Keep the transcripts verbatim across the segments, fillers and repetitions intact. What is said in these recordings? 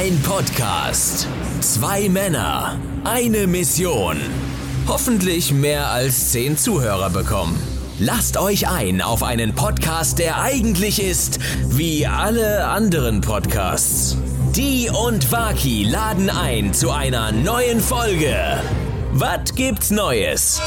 Ein Podcast, zwei Männer, eine Mission. Hoffentlich mehr als zehn Zuhörer bekommen. Lasst euch ein auf einen Podcast, der eigentlich ist wie alle anderen Podcasts. Die und Waki laden ein zu einer neuen Folge. Was gibt's Neues?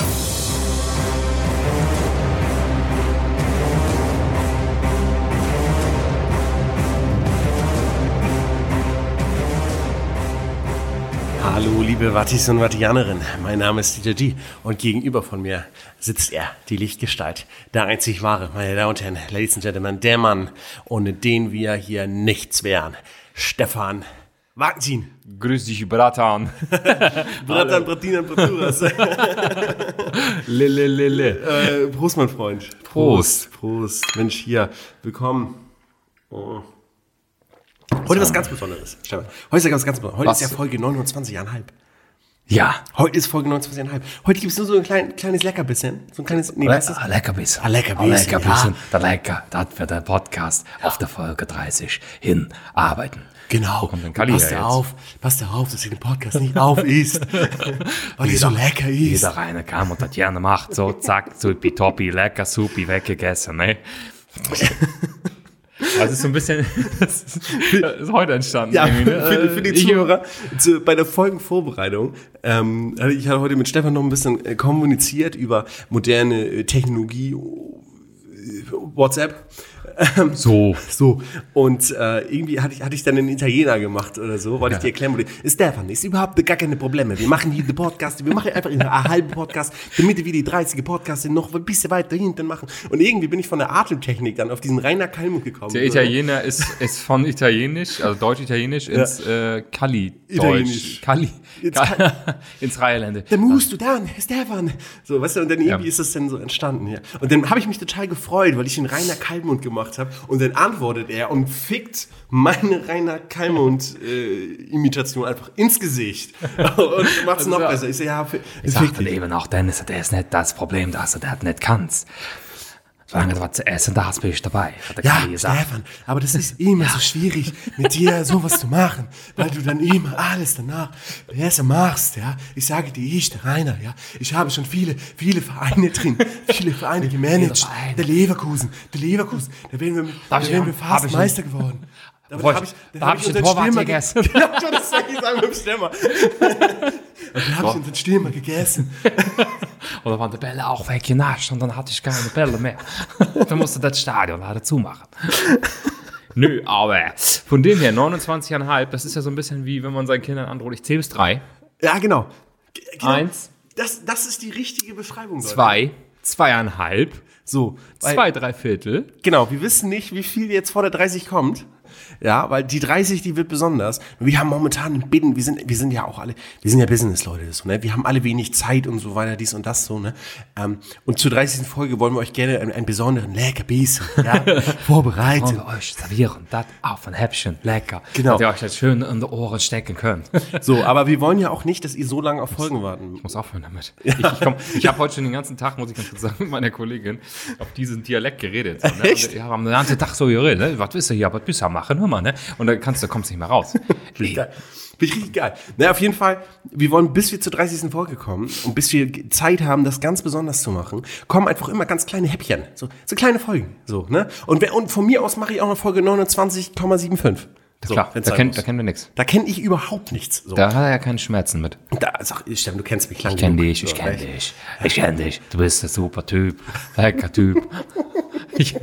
Hallo liebe Wattis und Wattianerinnen, mein Name ist Dieter G. und gegenüber von mir sitzt er, die Lichtgestalt, der einzig wahre, meine Damen und Herren, Ladies and Gentlemen, der Mann, ohne den wir hier nichts wären, Stefan Wagentin. Grüß dich, Bratan. Bratan, Bratinan, Braturas. Lille, lille. Äh, Prost, mein Freund. Prost. Prost. Mensch, hier, willkommen. Oh. Heute was ganz Besonderes, Stefan. Heute ist ja ganz, ganz Besonderes. Heute Was? ist ja Folge neunundzwanzig Komma fünf. Ja. Heute ist Folge neunundzwanzig Komma fünf. Heute gibt es nur so ein klein, kleines Leckerbissen. So ein kleines, nee, Le- was ist das? ah, Leckerbissen. Ah, Leckerbissen, Ah, Leckerbissen. ja. Der Lecker, das wird der Podcast auf der Folge dreißig hinarbeiten. Genau. Wo kommt denn Kalli Passt her ja jetzt? auf, passt ja auf, dass ihr den Podcast nicht auf isst. Weil die so lecker ist. Jeder reine kam und das gerne macht. So, zack, supi, toppi, lecker, supi, weggegessen, ne? Das ist so ein bisschen, das ist heute entstanden. Ja, irgendwie, ne? für, für die Ich- Zuhörer, zu, bei der Folgenvorbereitung, ähm, hatte ich hatte heute mit Stefan noch ein bisschen äh, kommuniziert über moderne äh, Technologie, äh, WhatsApp. Ähm, So. So, und äh, irgendwie hatte ich, hatte ich dann einen Italiener gemacht oder so, wollte ich dir erklären, wollte, Stefan, ist überhaupt gar keine Probleme. Wir machen hier den Podcast, wir machen einfach einen halben Podcast, damit wir die dreißig Podcast noch ein bisschen weiter hinten machen. Und irgendwie bin ich von der Atemtechnik dann auf diesen Rainer Kalmund gekommen. Der Italiener ist, ist von Italienisch, also Deutsch-Italienisch, ins äh, Kali-Deutsch. Italienisch. Kali. Ins Ka- ins Rheinlände. Da musst du dann, Stefan. So, weißt du, und dann irgendwie Ja. ist das dann so entstanden, ja. Und dann habe ich mich total gefreut, weil ich den Rainer Kalmund gemacht habe. Und dann antwortet er und fickt meine Rainer Kalmund-Imitation einfach ins Gesicht. Und macht es noch ja. besser. Ich so, ja, fi- Ich fick sagte dich. eben auch, Dennis, das ist nicht das Problem, dass du das nicht kannst. Solange du was zu essen da hast, bin ich dabei, hat der Ja, Kali gesagt. Stefan, aber das ist immer so schwierig, mit dir sowas zu machen, weil du dann immer alles danach besser machst, ja. Ich sage dir, ich, der Rainer, ja. Ich habe schon viele, viele Vereine drin, viele Vereine gemanagt. Verein. Der Leverkusen, der Leverkusen, da wären wir, da Darf ich- wären wir hab fast ich- Meister geworden. Da Boah, hab ich, da hab ich den Torwart Stürmer gegessen. ge- Ja, schon, das sag ich sagen mit dem Stürmer. Da habe ich unseren Stürmer gegessen. Oder waren die Bälle auch weggenascht und dann hatte ich keine Bälle mehr. Dann musste das Stadion leider zumachen. Nö, aber von dem her, neunundzwanzig Komma fünf, das ist ja so ein bisschen wie, wenn man seinen Kindern androht, ich zähle bis drei. Ja, genau. G- genau. Eins. Das, das ist die richtige Beschreibung, Leute. Zwei, zweieinhalb, So. weil- zwei, drei Viertel. Genau, wir wissen nicht, wie viel jetzt vor der dreißig kommt. Ja, weil die dreißig, die wird besonders. Wir haben momentan einen Bitten, wir sind, wir sind ja auch alle, wir sind ja Business-Leute, so, ne? Wir haben alle wenig Zeit und so weiter, dies und das, so, ne? Ähm, und zur dreißigsten Folge wollen wir euch gerne einen, einen besonderen Leckerbissen, ja, vorbereiten. Wollen wir euch servieren, das auf ein Häppchen, lecker, Genau. dass ihr euch das schön in die Ohren stecken könnt. So, aber wir wollen ja auch nicht, dass ihr so lange auf Folgen warten. Ich muss aufhören damit. Ich, ich, komm- ich habe heute schon den ganzen Tag, muss ich ganz kurz sagen, mit meiner Kollegin auf diesen Dialekt geredet. So, ne? Echt? Und, ja, haben den ganzen Tag so geredet. Ne? Was willst du hier, was bist du am machen? Hör mal, ne? Und dann kannst du, kommst nicht mehr raus. Nee. Geil. Bin ich richtig geil. Na, auf jeden Fall, wir wollen, bis wir zur dreißigsten Folge kommen und bis wir g- Zeit haben, das ganz besonders zu machen, kommen einfach immer ganz kleine Häppchen. So, so kleine Folgen. So, ne? Und, wer, und von mir aus mache ich auch noch Folge neunundzwanzig Komma fünfundsiebzig. So, Klar, wenn's da, sein kenn, muss. da kennen wir nichts. Da kenne ich überhaupt nichts. So. Da hat er ja keine Schmerzen mit. Da, sag, Stefan, du kennst mich lange Ich kenne genug. dich, ich So, kenne echt. dich, ich kenne dich. Du bist ein super Typ, lecker Typ. Ich,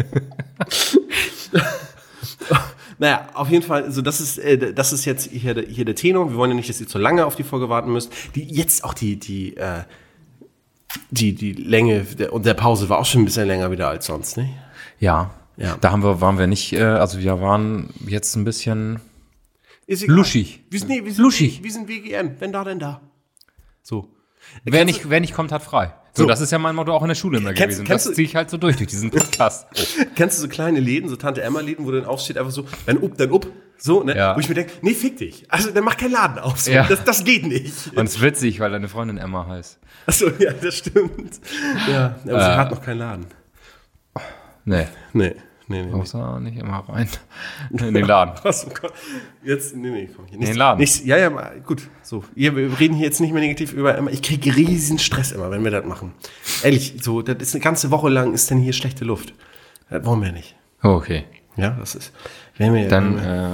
Naja, auf jeden Fall, so das ist, äh, das ist jetzt hier, der- hier der Tenor. Wir wollen ja nicht, dass ihr zu lange auf die Folge warten müsst. Die, jetzt auch die, die, äh, die, die Länge der, und der Pause war auch schon ein bisschen länger wieder als sonst, ne? ja, Ja. da haben wir, waren wir nicht, äh, also wir waren jetzt ein bisschen Ist egal. luschig. Wir sind, nee, wir sind, Luschig. Wir sind W G N. Wenn da, denn da. So. Wer nicht, wer nicht kommt, hat frei. So, So. das ist ja mein Motto auch in der Schule immer Kennst- gewesen. kennst Das du- ziehe ich halt so durch, durch diesen Podcast. Kennst du so kleine Läden, so Tante-Emma-Läden, wo dann aufsteht, einfach so, dann up, dann up, so, ne? Ja. Wo ich mir denke, nee, fick dich. Also, dann mach keinen Laden auf, so. Ja. Das, das geht nicht. Und es ist witzig, weil deine Freundin Emma heißt. Achso, ja, das stimmt. Ja, aber sie hat noch keinen Laden. Nee. Nee. Nee, nee, Muss da nicht immer rein. In den Laden. Was, oh Gott. Jetzt, nee, nee, komm hier. Nicht, In den Laden. Nicht, ja, ja, gut. So, wir reden hier jetzt nicht mehr negativ über immer. Ich kriege riesen Stress immer, wenn wir das machen. Ehrlich, so, das ist eine ganze Woche lang ist denn hier schlechte Luft. Das wollen wir nicht. Okay. Ja, das ist. Wenn wir, Dann, wenn wir, äh,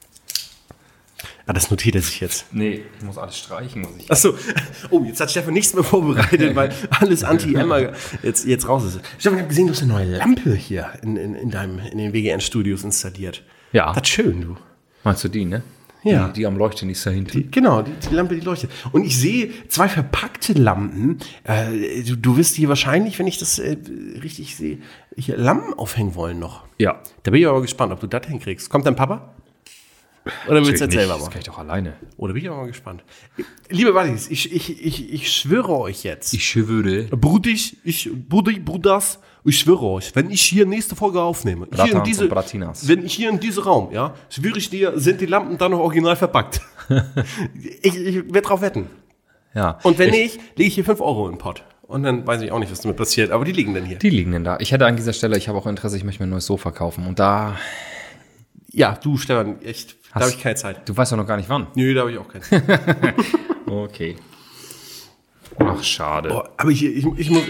ah, das notiert er sich jetzt. nee, ich muss alles streichen. Muss ich. Achso, oh, jetzt hat Stefan nichts mehr vorbereitet, weil alles Anti-Emma jetzt, jetzt raus ist. Stefan, ich habe gesehen, du hast eine neue Lampe hier in, in, in, deinem, in den W G N-Studios installiert. Ja. Das ist schön, du. Meinst du die, ne? Ja. Die, die am Leuchten ist da hinten. Die, genau, die, die Lampe, die leuchtet. Und ich sehe zwei verpackte Lampen. Äh, du, du wirst hier wahrscheinlich, wenn ich das äh, richtig sehe, hier Lampen aufhängen wollen noch. Ja. Da bin ich aber gespannt, ob du das hinkriegst. Kommt dein Papa? Oder willst du das selber Das machen? kann ich doch alleine. Oder bin ich auch mal gespannt. Liebe Buddies, ich, ich, ich, ich schwöre euch jetzt. Ich schwöre. Brudig, ich, Brudi, Bruders, ich schwöre euch, wenn ich hier nächste Folge aufnehme, hier in Bratans diese, und Bratinas. wenn ich hier in diesem Raum, ja, schwöre ich dir, sind die Lampen dann noch original verpackt. ich ich werde drauf wetten. Ja. Und wenn ich, nicht, lege ich hier fünf Euro in den Pott. Und dann weiß ich auch nicht, was damit passiert, aber die liegen dann hier. Die liegen denn da. Ich hätte an dieser Stelle, ich habe auch Interesse, ich möchte mir ein neues Sofa kaufen. Und da, Ja, du, Stefan, echt, da Hast- habe ich keine Zeit. du weißt doch noch gar nicht wann. Nö, da habe ich auch keine Zeit. Okay. Ach, schade. Oh, aber ich, ich, ich muss...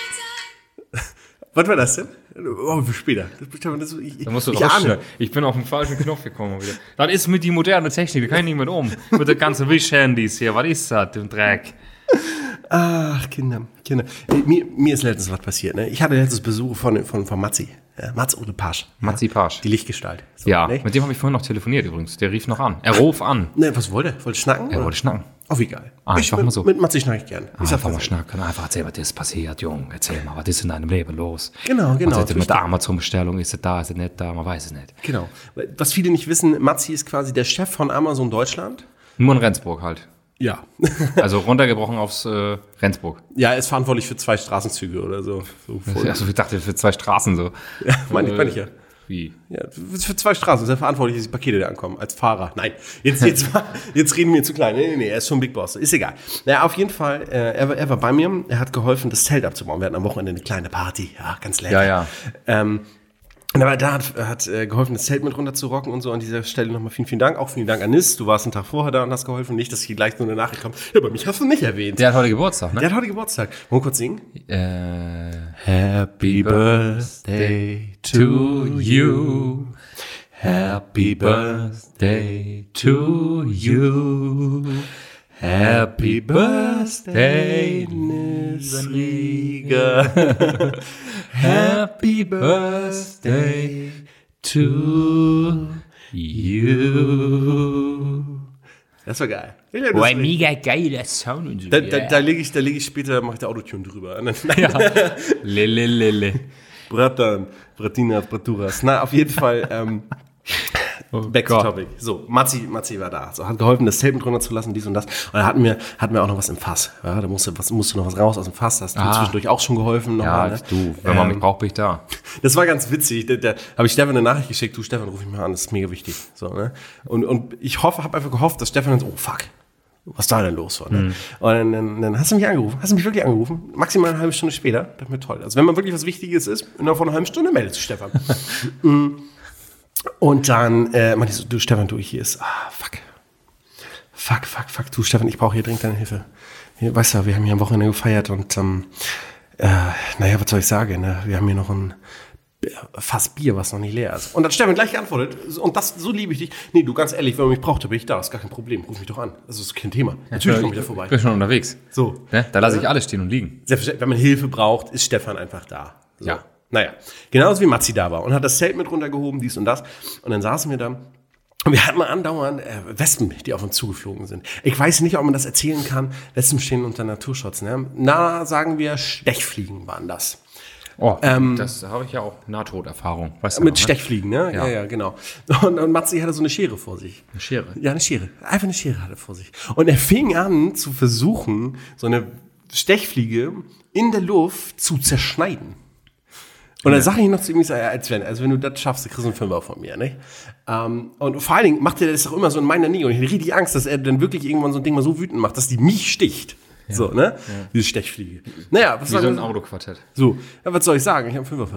Was war das denn? Oh, für später. Das, das, ich, Da musst du ich rausschneiden. ahne. Ich bin auf den falschen Knopf gekommen wieder. Das ist mit die moderne Technik, da kann ich nicht mit um. Mit den ganzen Wish-Handys hier, was ist das, dem Dreck? Ach, Kinder, Kinder. Äh, Mir, mir ist letztens was passiert. Ne? Ich hatte letztens Besuch von, von, von Matzi. Ja, Mats Ole Pasch. Matzi Pasch. Die Lichtgestalt. So, Ja, Ne? mit dem habe ich vorhin noch telefoniert übrigens. Der rief noch an. Er ruf an. Ne, was wollte er? Wollte schnacken? Er oder? wollte schnacken. Auf egal. Ah, ich, einfach mit, mal so. Mit Matzi schnack ich gern. Ich sag Einfach mal das. schnacken. Einfach erzähl, was ist passiert, Junge. Erzähl mal, was ist in deinem Leben los? Genau, genau, Was ist denn mit richtig. der Amazon-Bestellung? Ist es da, ist es nicht da? Man weiß es nicht. Genau. Was viele nicht wissen, Matzi ist quasi der Chef von Amazon Deutschland. Nur in Rendsburg halt. Ja. Also runtergebrochen aufs äh, Rendsburg. Ja, er ist verantwortlich für zwei Straßenzüge oder so. so voll. Also ich dachte, für zwei Straßen so. Ja, meine ich, meine ich ja. Wie? Ja, für zwei Straßen ist er verantwortlich, dass die Pakete da ankommen, als Fahrer. Nein, jetzt, jetzt, jetzt reden wir zu klein. Nee, nee, nee, er ist schon Big Boss. Ist egal. Naja, auf jeden Fall, äh, er, war- er war bei mir, er hat geholfen, das Zelt abzubauen. Wir hatten am Wochenende eine kleine Party. Ja, ganz lecker. Ja, ja. Ähm, und aber da hat, hat äh, geholfen, das Zelt mit runter zu rocken und so. An dieser Stelle nochmal vielen, vielen Dank. Auch vielen Dank an Nis. Du warst einen Tag vorher da und hast geholfen. Nicht, dass hier gleich nur eine Nachricht kommt. Ja, aber mich hast du nicht erwähnt. Der hat heute Geburtstag, ne? Der hat heute Geburtstag. Wollen wir kurz singen? Äh, Happy Birthday to you. Happy Birthday to you. Happy Birthday, Nis Rieger. Happy Birthday to you. Das war geil. Ja, das Oh, war- ein mega geiler Sound und so. Da, da, da lege ich, da leg ich später, mache ich da Autotune drüber. Und dann, Lele, lele. Bratan, Bratinas, Braturas. Na, auf jeden Fall, ähm, back to Gott. topic. So, Matzi, Matzi war da. So, hat geholfen, das Zelt mit runterzulassen, dies und das. Und dann hatten wir, hatten wir auch noch was im Fass. Ja, da musste, was, musste noch was raus aus dem Fass. Da hast du Ah. zwischendurch auch schon geholfen. Noch Ja, mal, ne? du, wenn man Ähm, mich braucht, bin ich da. Das war ganz witzig. Da, da habe ich Stefan eine Nachricht geschickt. Du, Stefan, ruf mich mal an. Das ist mega wichtig. So, ne? Und, und ich hoffe, habe einfach gehofft, dass Stefan dann so, oh fuck, was da denn los war. Ne? Mhm. Und dann, dann, dann hast du mich angerufen. Hast du mich wirklich angerufen? Maximal eine halbe Stunde später. Das mir toll. Also wenn man wirklich was Wichtiges ist, innerhalb von einer halben Stunde meldet sich Stefan. Mm. Und dann äh, meinte ich so, du Stefan, du, hier ist, ah, fuck. Fuck, fuck, fuck. Du Stefan, ich brauche hier dringend deine Hilfe. Hier, weißt du, wir haben hier am Wochenende gefeiert und ähm, äh, naja, was soll ich sagen, ne? Wir haben hier noch ein Fass Bier, was noch nicht leer ist. Und dann Stefan gleich geantwortet, und das, so liebe ich dich. Nee, du, ganz ehrlich, wenn man mich braucht, dann bin ich da, ist gar kein Problem, ruf mich doch an. Das ist kein Thema. Natürlich komme ich da Ich vorbei. bin schon unterwegs. So. Ne? Da lasse ich alles stehen und liegen. Selbstverständlich, wenn man Hilfe braucht, ist Stefan einfach da. So. Ja. Naja, genauso wie Matzi da war und hat das Zelt mit runtergehoben, dies und das. Und dann saßen wir da und wir hatten mal andauernd äh, Wespen, die auf uns zugeflogen sind. Ich weiß nicht, ob man das erzählen kann. Wespen stehen unter Naturschutz. Ne? Na, sagen wir, Stechfliegen waren das. Oh, das habe ich ja auch Nahtoderfahrung. Weißt du Mit noch, ne? Stechfliegen, ne? Ja, Ja. ja, genau. Und, und Matzi hatte so eine Schere vor sich. Eine Schere. Ja, eine Schere. Einfach eine Schere hatte er vor sich. Und er fing an zu versuchen, so eine Stechfliege in der Luft zu zerschneiden. Und dann sage ich noch zu ihm, ich sag, ja, als wenn, also wenn du das schaffst, dann kriegst du einen Fünfer von mir, ne? Ähm, und vor allen Dingen macht er das auch immer so in meiner Nähe. Und ich hätte richtig Angst, dass er dann wirklich irgendwann so ein Ding mal so wütend macht, dass die mich sticht. So, ne? Diese Stechfliege. Naja, was Wie soll so ein ich Autoquartett. so, ja, was soll ich sagen? Ich habe einen Fünfer verloren.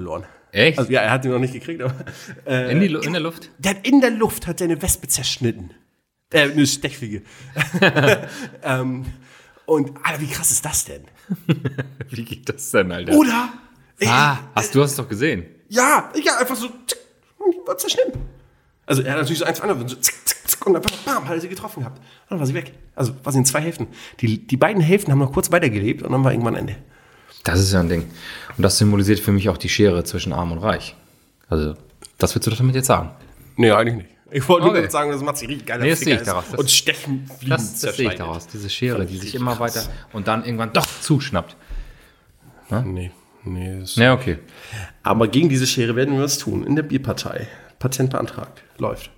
Echt? Also, ja, er hat ihn noch nicht gekriegt, aber. Äh, in, die, in der Luft? Der hat in der Luft hat der eine Wespe zerschnitten. Äh, eine Stechfliege. ähm, und, Alter, wie krass ist das denn? Wie geht das denn, Alter? Oder? Ah, hast du hast es doch gesehen. Ja, ja, einfach so, zick, war zerschnitten. Also er hat natürlich so eins anderes, so zick, zick, zick, und dann bam, hat er sie getroffen gehabt. Und dann war sie weg. Also war sie in zwei Hälften. Die, die beiden Hälften haben noch kurz weitergelebt und dann war irgendwann Ende. Das ist ja ein Ding. Und das symbolisiert für mich auch die Schere zwischen Arm und Reich. Also, das willst du doch damit jetzt sagen? Nee, eigentlich nicht. Ich wollte Okay. nur sagen, das macht sich richtig geil. Nee, das sehe ich daraus. Das- Und Stechen, Fliegen, Das, das sehe ich daraus. Diese Schere, die sich immer weiter und dann irgendwann doch zuschnappt. Nee, nee. Das Ja, okay. Aber gegen diese Schere werden wir was tun. In der Bierpartei. Patent beantragt. Läuft.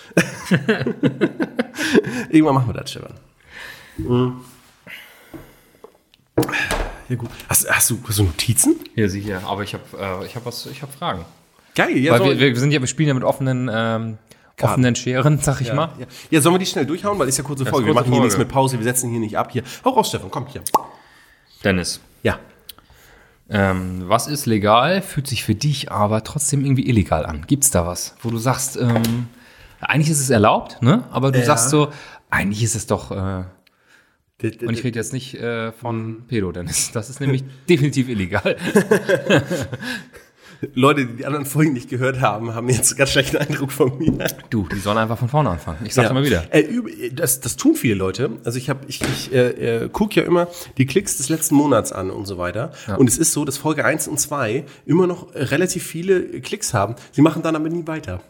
Irgendwann machen wir das, Stefan. Mhm. Ja, gut. Hast, hast, du, hast du Notizen? Hier, sieh hier. Aber ich habe äh, ich hab was, ich habe Fragen. Geil, ja. Weil soll- wir, wir sind ja, wir spielen ja mit offenen, ähm, offenen Scheren, sag ich mal. Ja. ja, sollen wir die schnell durchhauen? Weil ist ja kurze Folge. Wir kurze machen hier Folge. nichts mit Pause, wir setzen hier nicht ab. Hier. Hau raus, Stefan, komm hier. Dennis, Ja. ähm, was ist legal, fühlt sich für dich aber trotzdem irgendwie illegal an? Gibt's da was, wo du sagst, ähm, eigentlich ist es erlaubt, ne? Aber du Ja. sagst so, eigentlich ist es doch, äh, und ich rede jetzt nicht äh, von Pedo, Dennis. Das ist nämlich definitiv illegal. Leute, die die anderen Folgen nicht gehört haben, haben jetzt einen ganz schlechten Eindruck von mir. Du, die sollen einfach von vorne anfangen. Ich sag's Ja. immer wieder. Äh, üb- das, das tun viele Leute. Also ich habe, ich, ich äh, äh, gucke ja immer die Klicks des letzten Monats an und so weiter. Ja. Und es ist so, dass Folge eins und zwei immer noch äh, relativ viele Klicks haben. Sie machen dann aber nie weiter.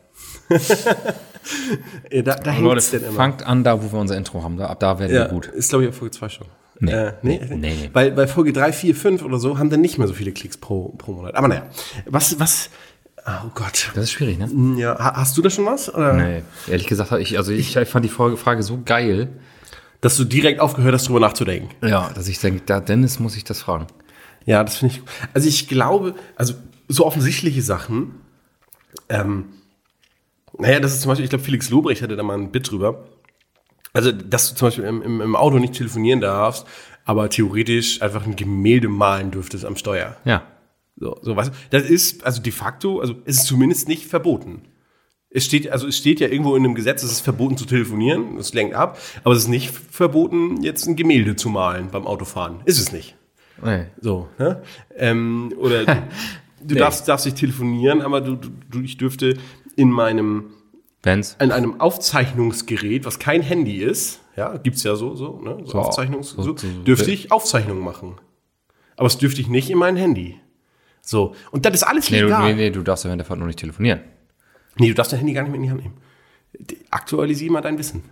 Äh, da da hängt Leute, es denn immer. fangt an da, wo wir unser Intro haben. Da, ab da werden Ja, wir gut. ist glaube ich auf Folge zwei schon. Nee. Äh, nee, Nee, nee. Weil bei Folge drei, vier, fünf oder so haben dann nicht mehr so viele Klicks pro, pro Monat. Aber naja, was, was, oh Gott. Das ist schwierig, ne? Ja, ha- hast du da schon was? Oder? Nee, ehrlich gesagt, ich, also ich fand die Folge- Frage so geil, Dass du direkt aufgehört hast, drüber nachzudenken. ja, dass ich denke, da Dennis muss ich das fragen. Ja, das finde ich. Also ich glaube, also so offensichtliche Sachen. Ähm, naja, das ist zum Beispiel, ich glaube, Felix Lobrecht hatte da mal ein Bit drüber. Also, dass du zum Beispiel im, im, im Auto nicht telefonieren darfst, aber theoretisch einfach ein Gemälde malen dürftest am Steuer. Ja. So, so weißt du, das ist also de facto, also es ist zumindest nicht verboten. Es steht, also es steht ja irgendwo in einem Gesetz, es ist verboten zu telefonieren, das lenkt ab, aber es ist nicht verboten, jetzt ein Gemälde zu malen beim Autofahren. Ist es nicht. Nee. So, ne? Ähm, oder du, du Nee. darfst, darfst nicht telefonieren, aber du, du, ich dürfte in meinem, Benz. in einem Aufzeichnungsgerät, was kein Handy ist, ja, gibt's ja so, so, ne? So, So, Aufzeichnungs, so- so, so- dürfte ich Aufzeichnungen machen. Aber es dürfte ich nicht in mein Handy. So. Und das ist alles Nee, du, legal. nee, nee, du darfst ja während der Fahrt nur nicht telefonieren. Nee, du darfst dein Handy gar nicht mit in die Hand nehmen. Aktualisiere mal dein Wissen.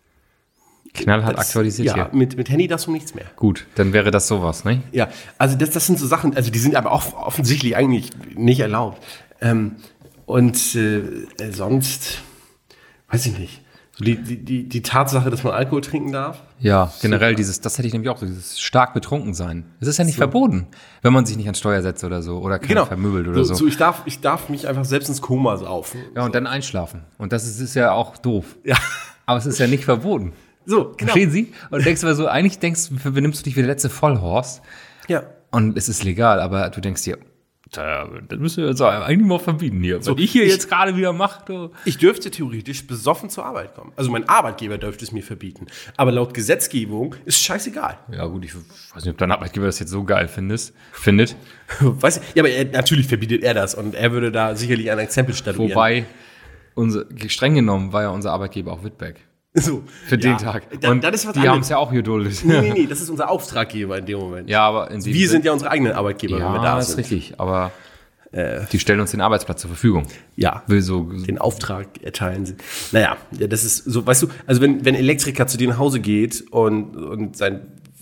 Knallhart Das- aktualisiert Ja, hier. mit, mit Handy darfst du nichts mehr. Gut, dann wäre das sowas, ne? Ja, also das, das sind so Sachen, also die sind aber auch offensichtlich eigentlich nicht erlaubt. Ähm, und äh, sonst, weiß ich nicht. So die, die, die, die Tatsache, dass man Alkohol trinken darf. Ja, generell dieses, das hätte ich nämlich auch so, dieses stark betrunken sein. Es ist ja nicht verboten, wenn man sich nicht ans Steuer setzt oder so oder keiner vermöbelt oder so. so ich, darf, ich darf mich einfach selbst ins Koma saufen. Ja, und dann einschlafen. Und das ist, ist ja auch doof. Ja, Aber es ist ja nicht verboten. so, genau. Verstehen Sie? Und denkst aber so, eigentlich denkst du, benimmst du dich wie der letzte Vollhorst Ja. und es ist legal, aber du denkst dir, tja, das müssen wir jetzt eigentlich mal verbieten hier. So, was ich hier ich- jetzt gerade wieder mache, du. Ich dürfte theoretisch besoffen zur Arbeit kommen. Also mein Arbeitgeber dürfte es mir verbieten. Aber laut Gesetzgebung ist scheißegal. Ja gut, ich weiß nicht, ob dein Arbeitgeber das jetzt so geil findest, findet. Weiß ich, ja, aber er, natürlich verbietet er das und er würde da sicherlich ein Exempel statuieren. Wobei, unser, streng genommen war ja unser Arbeitgeber auch Wittbeck. so, Für ja, den Tag. Da, Und das ist was die haben es anderes. ja auch geduldet. Nee, nee, nee, das ist unser Auftraggeber in dem Moment. Ja, aber in dem Wir sind ja unsere eigenen Arbeitgeber, wenn wir ja, da das ist sind. richtig. Aber die stellen uns den Arbeitsplatz zur Verfügung. Ja, Will so, den Auftrag erteilen sie. Naja, ja, das ist so, weißt du, also wenn, wenn Elektriker zu dir nach Hause geht und, und sein,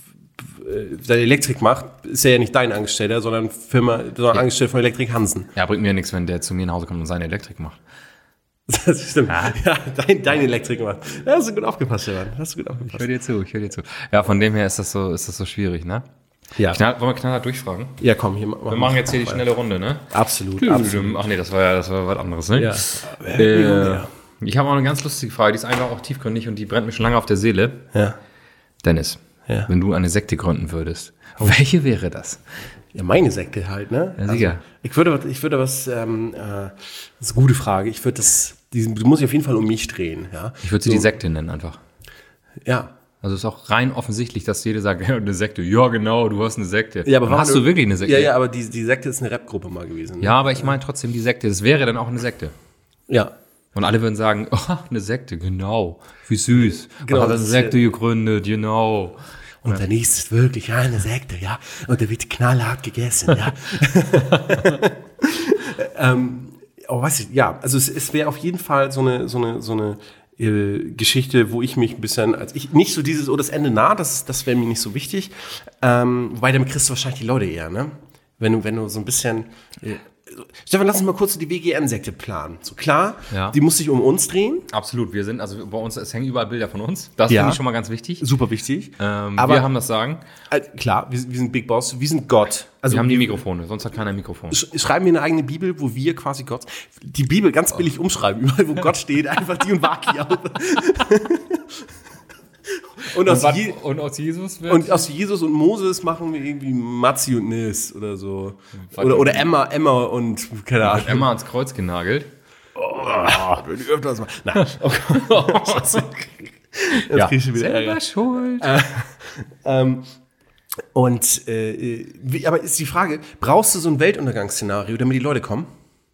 äh, seine Elektrik macht, ist er ja nicht dein Angestellter, sondern Firma, sondern Angestellter von Elektrik Hansen. ja, bringt mir ja nichts, wenn der zu mir nach Hause kommt und seine Elektrik macht. Das stimmt. Ja, dein, deine Elektrik macht. Da hast du gut aufgepasst, Stefan. Da hast du gut Ich aufgepasst. höre dir zu, ich höre dir zu. Ja, von dem her ist das so, ist das so schwierig, ne? Ja. Knall, wollen wir knallhart durchfragen? Ja, komm, hier Wir machen jetzt hier die schnelle Runde, ne? Absolut, absolut. Ach nee, das war ja, das war was anderes, ne? Ja. Äh, ich habe auch eine ganz lustige Frage, die ist einfach auch tiefgründig und die brennt mir schon lange auf der Seele. Ja. Dennis, Ja. wenn du eine Sekte gründen würdest. Welche wäre das? Ja, meine Sekte halt, ne? Ja, sicher. Also, ich würde, ich würde was, ähm, äh, das ist eine gute Frage. Ich würde das, diesen, du musst dich auf jeden Fall um mich drehen, ja. Ich würde sie so, die Sekte nennen einfach. Ja. Also es ist auch rein offensichtlich, dass jeder sagt, ja, eine Sekte. Ja, genau, du hast eine Sekte. Ja, aber hast war- du wirklich eine Sekte? Ja, ja, aber die, die Sekte ist eine Rap-Gruppe mal gewesen. Ne? Ja, aber ich meine trotzdem die Sekte. Das wäre dann auch eine Sekte. Ja. Und alle würden sagen, oh, eine Sekte, genau. Wie süß. Genau, Genau, hat das eine ist Sekte gegründet, genau. Und der nächste ist wirklich, ja, eine Sekte, ja. Und der wird knallhart gegessen, ja. ähm, oh, weiß ich, ja, also es, es wäre auf jeden Fall so eine, so eine, so eine äh, Geschichte, wo ich mich ein bisschen, also ich, nicht so dieses, oh, das Ende nah, das, das wäre mir nicht so wichtig. Ähm, wobei, damit kriegst du wahrscheinlich die Leute eher, ne? Wenn du, wenn du so ein bisschen, äh, Stefan, lass uns mal kurz die W G N-Sekte planen. So klar, Ja. die muss sich um uns drehen. Absolut, wir sind, also bei uns, es hängen überall Bilder von uns. Das Ja. finde ich schon mal ganz wichtig. Super wichtig. Ähm, Aber- wir haben das Sagen. Äh, klar, wir, wir sind Big Boss, wir sind Gott. Also Wir haben die Mikrofone, sonst hat keiner ein Mikrofon. Sch- schreiben wir eine eigene Bibel, wo wir quasi Gott, die Bibel ganz billig umschreiben, überall wo Gott steht, einfach die und Waki auf. Und aus, Je und aus Jesus wird... und aus Jesus und Moses machen wir irgendwie Matzi und Nis oder so. Warte. Oder, oder Emma, Emma und keine Ahnung. Emma ans Kreuz genagelt. Würde ich öfters mal. Na, okay. Scheiße. Jetzt Ja. krieg ich schon wieder Ärger. schuld. Ähm, und äh, wie, aber ist die Frage, brauchst du so ein Weltuntergangsszenario, damit die Leute kommen?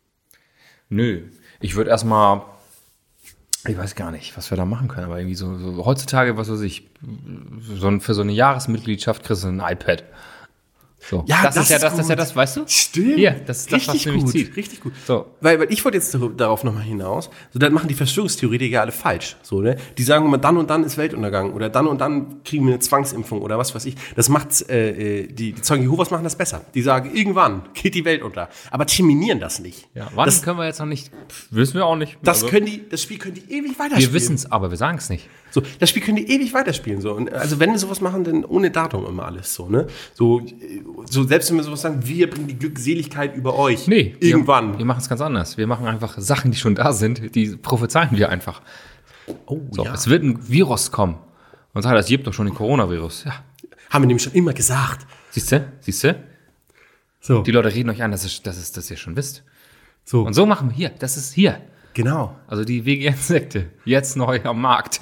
Nö, ich würde erstmal, ich weiß gar nicht, was wir da machen können, aber irgendwie so, so heutzutage, was weiß ich, so ein, für so eine Jahresmitgliedschaft kriegst du ein iPad. So. Ja, das, das ist ja ist das, das ist ja gut. das, weißt du? Stimmt. Hier, das ist das, was richtig nämlich gut, zieht. richtig gut. So. Weil, weil ich wollte jetzt dar- darauf nochmal hinaus, so dann machen die Verschwörungstheoretiker alle falsch. So, ne? Die sagen immer, dann und dann ist Weltuntergang oder dann und dann kriegen wir eine Zwangsimpfung oder was weiß ich. Das macht, äh, die, die Zeugen Jehovas machen das besser. Die sagen, irgendwann geht die Welt unter. Aber terminieren das nicht. Ja, wann das, können wir jetzt noch nicht, pff, wissen wir auch nicht. das, Also, können die, das Spiel können die ewig weiterspielen. wir wissen es, aber wir sagen es nicht. So, das Spiel können die ewig weiterspielen. So. Und also wenn wir sowas machen, dann ohne Datum immer alles. So, ne? so, so selbst wenn wir sowas sagen, wir bringen die Glückseligkeit über euch. Nee, Irgendwann. Wir, wir machen es ganz anders. Wir machen einfach Sachen, die schon da sind, die prophezeien wir einfach. Oh, So, ja. es wird ein Virus kommen. Und sagt, es gibt doch schon den Coronavirus. Ja, Haben wir nämlich schon immer gesagt. siehst du? Siehst du? So, Die Leute reden euch an, dass, es, dass, es, dass ihr schon wisst. so. Und so machen wir hier. Das ist hier. Genau. Also die W G N-Sekte. Jetzt neu am Markt.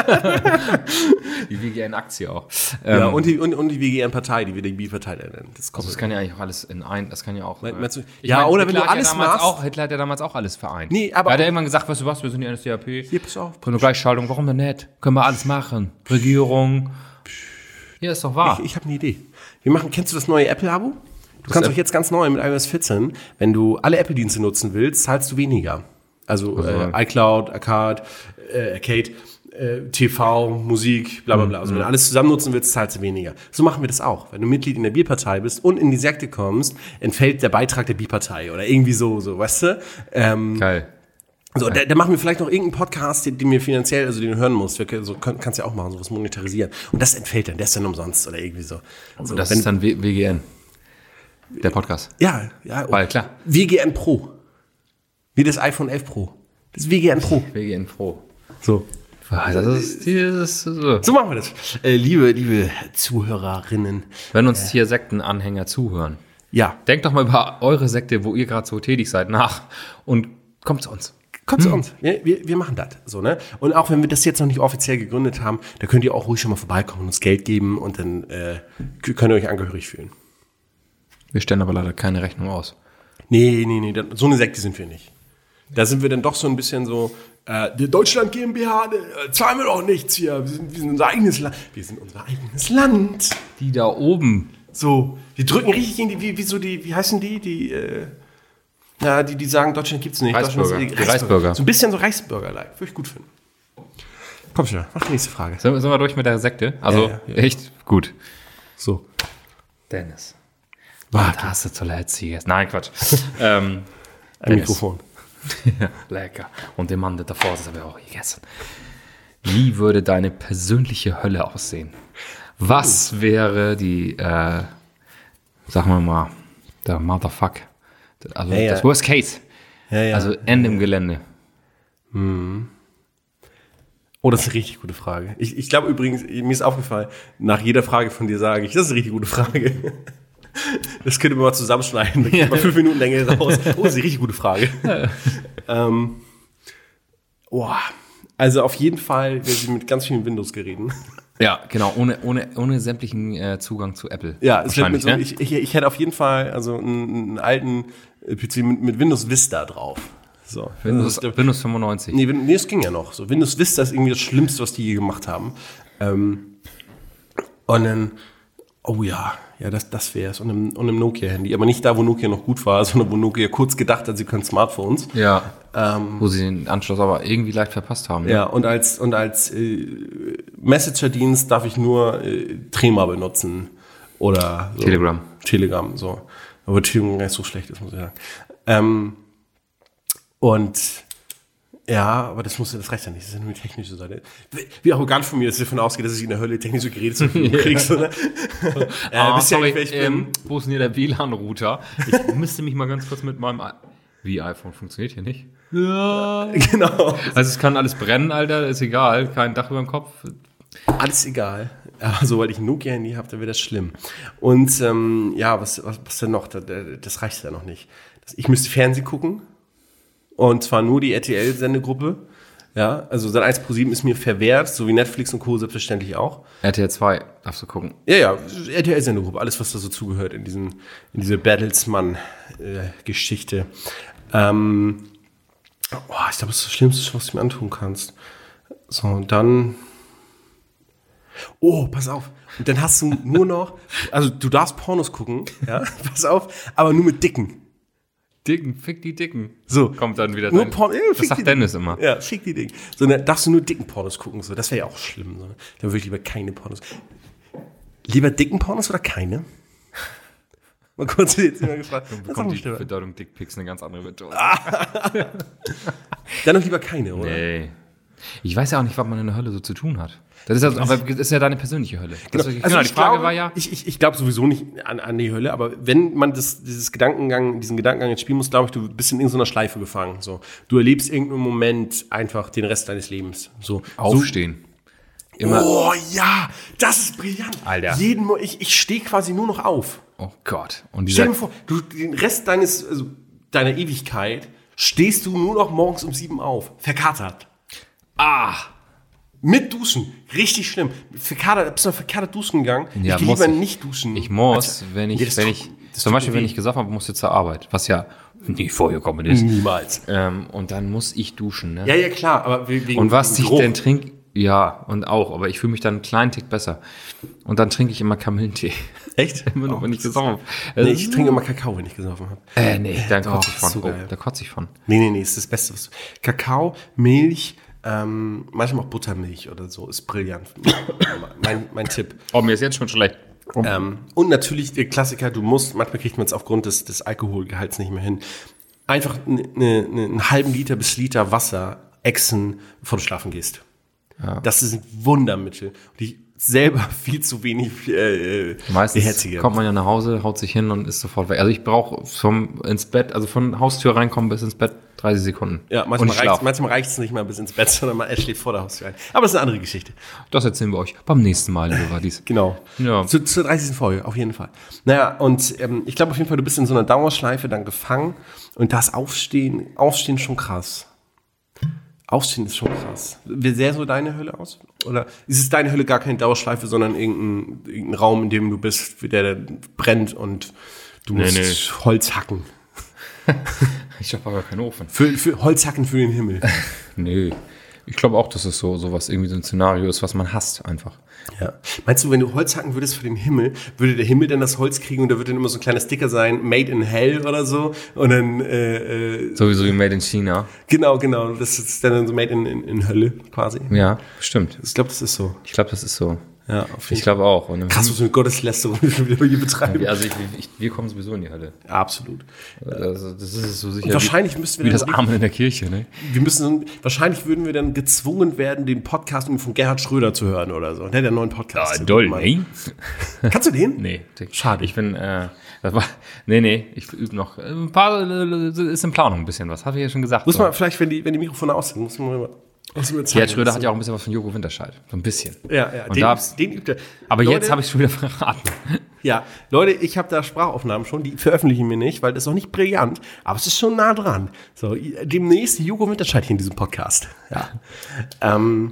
Die W G N-Aktie auch. Ähm, Ja, und die, und, und die W G N-Partei, die wir die B-Partei nennen. Das kommt. also das kann ja eigentlich auch alles in ein, das kann ja auch. Meinst- äh, meinst du- ich ja, meine, oder wenn Hitler du hat alles ja damals machst- auch, Hitler hat ja damals auch alles vereint. Nee, aber- Er hat ja irgendwann gesagt, weißt du was, wir sind die N S D A P. Hier, pass auf. Können wir Gleichschaltung, warum denn nicht? Können wir alles machen. Regierung. Ja, ist doch wahr. Ich, ich habe eine Idee. Wir machen, kennst du das neue Apple-Abo? Du kannst App- auch jetzt ganz neu mit iOS vierzehn, wenn du alle Apple-Dienste nutzen willst, zahlst du weniger. Also äh, iCloud, Arcade, äh, Arcade, äh, T V, Musik, bla bla bla. Also wenn du alles zusammen nutzen willst, zahlst du weniger. So machen wir das auch. Wenn du Mitglied in der Bierpartei bist und in die Sekte kommst, entfällt der Beitrag der Bierpartei oder irgendwie so, so, weißt du? Ähm, Geil. So, da, da machen wir vielleicht noch irgendeinen Podcast, den, den wir finanziell, also den du hören musst. Wir können, so, können, kannst ja auch machen, sowas monetarisieren. Und das entfällt dann, der ist dann umsonst oder irgendwie so. so Und das wenn- ist dann W G N. Der Podcast. Ja, ja. Weil, klar. W G N Pro. Wie das iPhone elf Pro. Das W G N Pro. W G N Pro. So. Das ist, das ist so. So machen wir das. Äh, liebe, liebe Zuhörerinnen. Wenn uns hier Sektenanhänger zuhören, Ja, denkt doch mal über eure Sekte, wo ihr gerade so tätig seid, nach und kommt zu uns. kommt zu uns. Wir, wir, wir machen das. So, ne? Und auch wenn wir das jetzt noch nicht offiziell gegründet haben, da könnt ihr auch ruhig schon mal vorbeikommen und uns Geld geben und dann äh, könnt ihr euch angehörig fühlen. Wir stellen aber leider keine Rechnung aus. Nee, nee, nee, da- so eine Sekte sind wir nicht. Da sind wir dann doch so ein bisschen so, äh, die Deutschland GmbH, äh, zahlen wir doch nichts hier. Wir sind, wir sind unser eigenes Land. Wir sind unser eigenes Land. Die da oben. So, wir drücken richtig in die, wie, wie so die, wie heißen die, die, äh, na, die, die sagen, Deutschland gibt's nicht. Reichsbürger. Deutschland ist- Die Reichsbürger. So ein bisschen so Reichsbürger-like. Würde ich gut finden. Komm schon, mach die nächste Frage. Sind, sind wir durch mit der Sekte? Also, Ja, ja. echt gut. So. Dennis. Warte. Was hast du zuletzt gegessen? Nein, Quatsch. ähm, Ein Dennis. Mikrofon. Ja, lecker. Und den Mann davor, das habe ich auch gegessen. Wie würde deine persönliche Hölle aussehen? Was wäre die, äh, sagen wir mal, der Motherfuck? Also Ja, ja. das Worst Case. Ja, ja. Also Ende im Gelände. Oh, Oh, das ist eine richtig gute Frage. Ich, ich glaube übrigens, mir ist aufgefallen, nach jeder Frage von dir sage ich, das ist eine richtig gute Frage. Das könnte man mal zusammenschneiden. Da kriegt man fünf Minuten länger raus. Oh, das ist eine richtig gute Frage. ähm, oh, also auf jeden Fall werde ich mit ganz vielen Windows-Geräten. Ja, genau, ohne, ohne, ohne sämtlichen äh, Zugang zu Apple. Ja, es wird mit so, ne? ich, ich, ich hätte auf jeden Fall also einen, einen alten P C mit, mit Windows Vista drauf. So. Windows, Also, Windows fünfundneunzig. Nee, nee, das ging ja noch. So, Windows Vista ist irgendwie das Schlimmste, was die je gemacht haben. Ähm, und dann, oh ja, ja, das, das wäre es. Und im, und im Nokia-Handy. Aber nicht da, wo Nokia noch gut war, sondern wo Nokia kurz gedacht hat, sie können Smartphones. Ja, Ähm, wo sie den Anschluss aber irgendwie leicht verpasst haben. Ne? ja, und als, und als äh, Messenger-Dienst darf ich nur äh, Trema benutzen. Oder so. Telegram. Telegram, so. Aber Telegram gar nicht so schlecht ist, muss ich sagen. Ähm, und ja, aber das muss, das reicht ja nicht. Das ist ja nur die technische Seite. Wie arrogant von mir, dass ich davon ausgehe, dass ich in der Hölle technische Geräte zur Verfügung kriege. So, ne? äh, Ah, wisst ihr sorry, eigentlich, wer ich ähm, bin? wo ist denn hier der W L A N-Router? Ich müsste mich mal ganz kurz mit meinem... I- Wie, iPhone funktioniert hier nicht? Ja. Genau. Also es kann alles brennen, Alter, ist egal. Kein Dach über dem Kopf. Alles egal. Aber sobald ich ein Nokia-Handy habe, dann wird das schlimm. Und ähm, ja, was, was, was denn noch? Das, das reicht ja noch nicht. Ich müsste Fernsehen gucken. Und zwar nur die R T L-Sendegruppe. Ja, also Sat eins Pro sieben ist mir verwehrt, so wie Netflix und Co. selbstverständlich auch. R T L zwei darfst du gucken. Ja, ja, R T L-Sendegruppe, alles, was da so zugehört in, diesen, in diese Bertelsmann-Geschichte. Ähm, oh, ich glaube, das ist das Schlimmste, was du mir antun kannst. So, und dann... Oh, pass auf. Und dann hast du nur noch... Also, du darfst Pornos gucken, ja, pass auf, aber nur mit Dicken. Dicken, fick die Dicken. So. Kommt dann wieder Nur dein- Porn, ja, Das fick sagt die Dennis Dicken. immer. Ja, fick die Dicken. So, dann darfst du nur dicken Pornos gucken. So. Das wäre ja auch schlimm. So. Dann würde ich lieber keine Pornos. Lieber dicken Pornos oder keine? Mal kurz jetzt immer gefragt. Dann Das ist bekommt auch die schlimmer. Bedeutung Dickpics eine ganz andere Bedeutung. Dann noch lieber keine, oder? Nee. Ich weiß ja auch nicht, was man in der Hölle so zu tun hat. Das ist ja, aber das ist ja deine persönliche Hölle. Das, genau, Also die ich Frage glaube, war ja... ich, ich, ich glaube sowieso nicht an, an die Hölle, aber wenn man das, dieses Gedankengang, diesen Gedankengang jetzt spielen muss, glaube ich, du bist in irgendeiner Schleife gefangen. So. Du erlebst irgendeinen Moment einfach den Rest deines Lebens. So. Aufstehen. Immer. Oh ja, das ist brillant. Alter. Jeden Mo- ich ich stehe quasi nur noch auf. Oh Gott. Und Stell dieser, dir vor, du den Rest deines, also deiner Ewigkeit stehst du nur noch morgens um sieben auf. Verkatert. ah, Mit Duschen. Richtig schlimm. Verkatert, bist du verkatert duschen gegangen? Ja, ich gehe muss lieber ich. nicht duschen. ich muss, Als- wenn ich, Ja, das wenn tut- ich, das zum tut Beispiel, mir wenn weh. ich gesoffen habe, musste zur Arbeit, was ja nie vorgekommen ist. Niemals. Ähm, und dann muss ich duschen, ne? Ja, ja, klar, aber we- wegen Und was wegen ich Geruch. denn trinke, ja, und auch, aber ich fühle mich dann einen kleinen Tick besser. Und dann trinke ich immer Kamillentee. Echt? Immer noch, Oh, wenn ich das ist- gesoffen habe. Nee, ich trinke immer Kakao, wenn ich gesoffen habe. Äh, nee, dann Doch, kotze ich von. so Oh, geil. da kotze ich von. Nee, nee, nee, ist das Beste. Was du, Kakao, Milch, ähm, manchmal auch Buttermilch oder so, ist brillant. mein, mein Tipp. Oh, mir ist jetzt schon schlecht. Ähm, und natürlich der Klassiker, du musst, manchmal kriegt man es aufgrund des, des Alkoholgehalts nicht mehr hin, einfach ne, ne, ne, einen halben Liter bis Liter Wasser exen, bevor du schlafen gehst. Ja. Das ist ein Wundermittel, die ich selber viel zu wenig äh, äh, Meistens beherzige. kommt man ja nach Hause, haut sich hin und ist sofort weg. Also ich brauche vom ins Bett, also von Haustür reinkommen bis ins Bett dreißig Sekunden. Ja, und manchmal ich reicht schlaf. manchmal reicht's nicht mal bis ins Bett, sondern man er schläft vor der Haustür ein. Aber das ist eine andere Geschichte. Das erzählen wir euch beim nächsten Mal, liebe Wadis. Genau. Ja. Zu, zur dreißigsten Folge, auf jeden Fall. Naja, und ähm, ich glaube auf jeden Fall, du bist in so einer Dauerschleife dann gefangen und das Aufstehen, Aufstehen schon krass. Aufstehen ist schon krass. Wie sähe so deine Hölle aus? Oder ist es deine Hölle gar keine Dauerschleife, sondern irgendein, irgendein Raum, in dem du bist, der dann brennt und du Nee, musst nee. Holz hacken? Ich habe aber keinen Ofen. Für, für Holz hacken für den Himmel. Nee. Ich glaube auch, dass es so sowas irgendwie so ein Szenario ist, was man hasst einfach. Ja. Meinst du, wenn du Holz hacken würdest für den Himmel, würde der Himmel dann das Holz kriegen und da würde dann immer so ein kleiner Sticker sein, Made in Hell oder so? Und dann, äh, äh, Sowieso wie Made in China. genau, genau, das ist dann so Made in, in, in Hölle quasi. Ja, stimmt. Ich glaube, das ist so. Ich glaube, das ist so. Ja, auf jeden Ich glaube auch. Und Krass, was für eine Gotteslästerung wir hier betreiben. Ja, also ich, ich, wir kommen sowieso in die Hölle. Ja, absolut. Also das ist so sicher Und wahrscheinlich wie, müssten wir wie dann das Amen in der Kirche, ne? Wir müssen, wahrscheinlich würden wir dann gezwungen werden, den Podcast von Gerhard Schröder zu hören oder so. Der hat einen neuen Podcast. doll, Mann. ne? Kannst du den? Nee. Schade. Ich bin, äh, das war, nee, nee, ich übe noch. Ein paar, äh, ist in Planung ein bisschen was. Habe ich ja schon gesagt. Muss so. man vielleicht, wenn die, wenn die Mikrofone aus sind, muss man mal. Gerd Schröder hat ja auch ein bisschen was von Joko Winterscheid. So ein bisschen. Ja, ja. Und Den, da, den übt er. aber Leute, jetzt habe ich schon wieder verraten. Ja, Leute, ich habe da Sprachaufnahmen schon, die veröffentlichen wir nicht, weil das ist noch nicht brillant, aber es ist schon nah dran. So, demnächst Joko Winterscheid hier in diesem Podcast. Ja. ähm,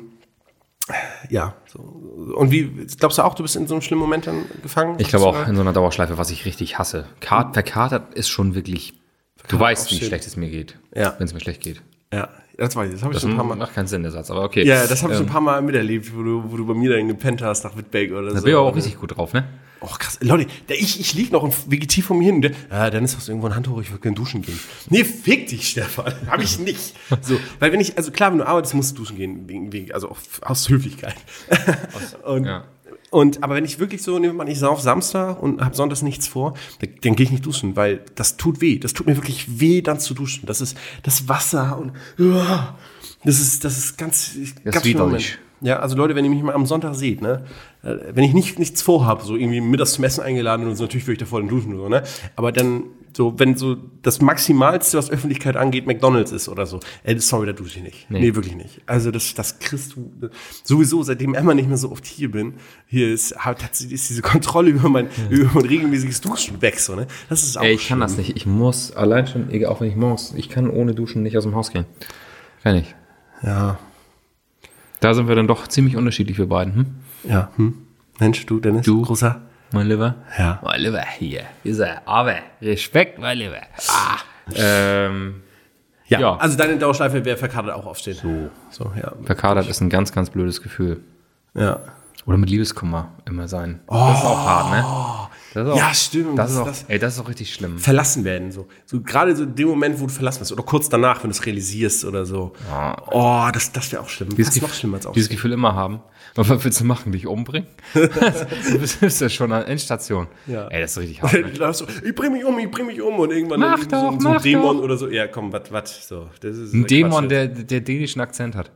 ja. So. Und wie, glaubst du auch, du bist in so einem schlimmen Moment dann gefangen? Ich glaube auch in so einer Dauerschleife, was ich richtig hasse. Kart, verkatert ist schon wirklich, du weißt, wie schlecht es mir geht, ja. wenn es mir schlecht geht. Ja, das weiß ich. Das habe ich Das schon ein paar Mal. macht keinen Sinn, der Satz, aber okay. Ja, das habe ich ähm, schon ein paar Mal miterlebt, wo du, wo du bei mir dann gepennt hast nach Wittbeck oder so. Da bin ich aber auch richtig gut drauf, ne? Oh, krass. Leute, der, ich, ich lieg noch und vegetief vor mir hin. Und der, ah, Dennis, hast du irgendwo ein Handtuch? Ich würde gerne duschen gehen. Nee, fick dich, Stefan. Habe ich nicht. So, weil wenn ich, also klar, wenn du arbeitest, musst du duschen gehen. Wegen, wegen, also aus Höflichkeit. und, ja. und, aber wenn ich wirklich so, nehmen wir mal, ich sauf Samstag und habe sonntags nichts vor, dann, dann gehe ich nicht duschen, weil das tut weh. Das tut mir wirklich weh, dann zu duschen. Das ist das Wasser und uah, das ist, das ist ganz, das ganz ist widerlich. Ja, also Leute, wenn ihr mich mal am Sonntag seht, ne, wenn ich nicht, nichts vorhabe, so irgendwie mittags zum Essen eingeladen und so, natürlich würde ich da voll in Duschen und so, ne, aber dann so, wenn so das Maximalste, was Öffentlichkeit angeht, McDonald's ist oder so, ey, sorry, da dusche ich nicht. Nee. nee, wirklich nicht. Also das, das kriegst du, sowieso, seitdem Emma nicht mehr so oft hier bin, hier ist, hat, ist diese Kontrolle über mein, ja. über mein regelmäßiges Duschen weg, so, ne, das ist auch ey, ich schlimm. kann das nicht, ich muss allein schon, egal, auch wenn ich morgens, ich kann ohne Duschen nicht aus dem Haus gehen. Kann ich. Ja. Da sind wir dann doch ziemlich unterschiedlich, wir beiden. Hm? Ja, hm. Mensch, du, Dennis, du, großer. Mein Lieber. Ja. Mein Lieber, hier ist er. Aber Respekt, mein Lieber. Ah. Ähm, ja, ja, also deine Dauerschleife wäre verkadert auch aufstehen. So. so ja. Verkadert ist ein ganz, ganz blödes Gefühl. Ja. Oder mit Liebeskummer immer sein. Oh. Das ist auch hart, ne? Das ist auch, ja, stimmt. Das ist, auch, das ey, das ist auch richtig schlimm. Verlassen werden, so. So gerade so in dem Moment, wo du verlassen wirst. Oder kurz danach, wenn du es realisierst oder so. Oh, das, das wäre auch schlimm. Dieses das ist noch schlimmer als auch. Dieses Gefühl immer haben. Was willst du machen? Dich umbringen? Du bist ja schon an Endstation. Ja. Ey, das ist richtig hart. Ne? So, ich bring mich um, ich bring mich um. Und irgendwann mach so, doch, so ein mach Dämon doch. oder so. Ja, komm, was, was. So, das ist ein Dämon, Quatsch, der, der dänischen Akzent hat.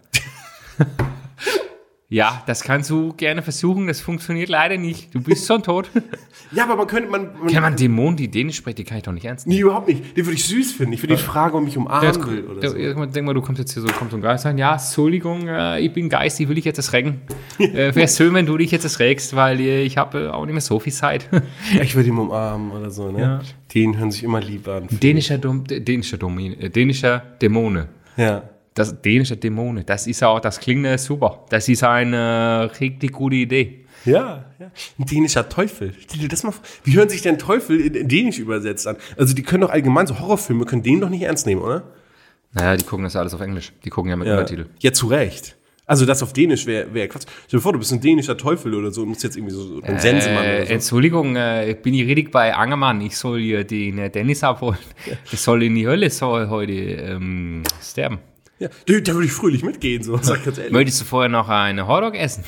Ja, das kannst du gerne versuchen, das funktioniert leider nicht. Du bist schon tot. Ja, aber man könnte, man... man kann man Dämonen, die Dänisch sprechen, die kann ich doch nicht ernst nehmen. Nee, überhaupt nicht. Den würde ich süß finden. Ich würde ihn fragen, ob mich umarmen will oder so. Denk mal, du kommst jetzt hier so, kommt so ein Geist rein. Ja, Entschuldigung, äh, ich bin Geist, ich will dich jetzt erschrecken. äh, Wäre schön, wenn du dich jetzt erschreckst, weil äh, ich habe äh, auch nicht mehr so viel Zeit. Ich würde ihn umarmen oder so, ne? Ja. Den hören sich immer lieb an. Dänischer, Dom, dänischer, Domin, äh, dänischer Dämone. Ja. Das dänische Dämone, das ist auch, das klingt äh, super. Das ist eine äh, richtig gute Idee. Ja, ja. Ein dänischer Teufel. Stell dir das mal vor. Wie hören sich denn Teufel in, in Dänisch übersetzt an? Also die können doch allgemein, so Horrorfilme, können den doch nicht ernst nehmen, oder? Naja, die gucken das ja alles auf Englisch. Die gucken ja mit ja. Untertitel. Ja, zu Recht. Also das auf Dänisch wäre wär Quatsch. Stell dir vor, du bist ein dänischer Teufel oder so und musst jetzt irgendwie so ein Sensemann äh, oder so. Entschuldigung, äh, bin ich richtig bei Angermann. Ich soll hier den äh, Dennis abholen. Ich soll in die Hölle soll heute ähm, sterben. Ja, da, da würde ich fröhlich mitgehen, so, sag ganz ehrlich. Möchtest du vorher noch eine Hotdog essen?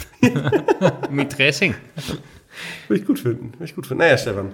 Mit Dressing. Würde ich gut finden, würde ich gut finden. Naja, Stefan.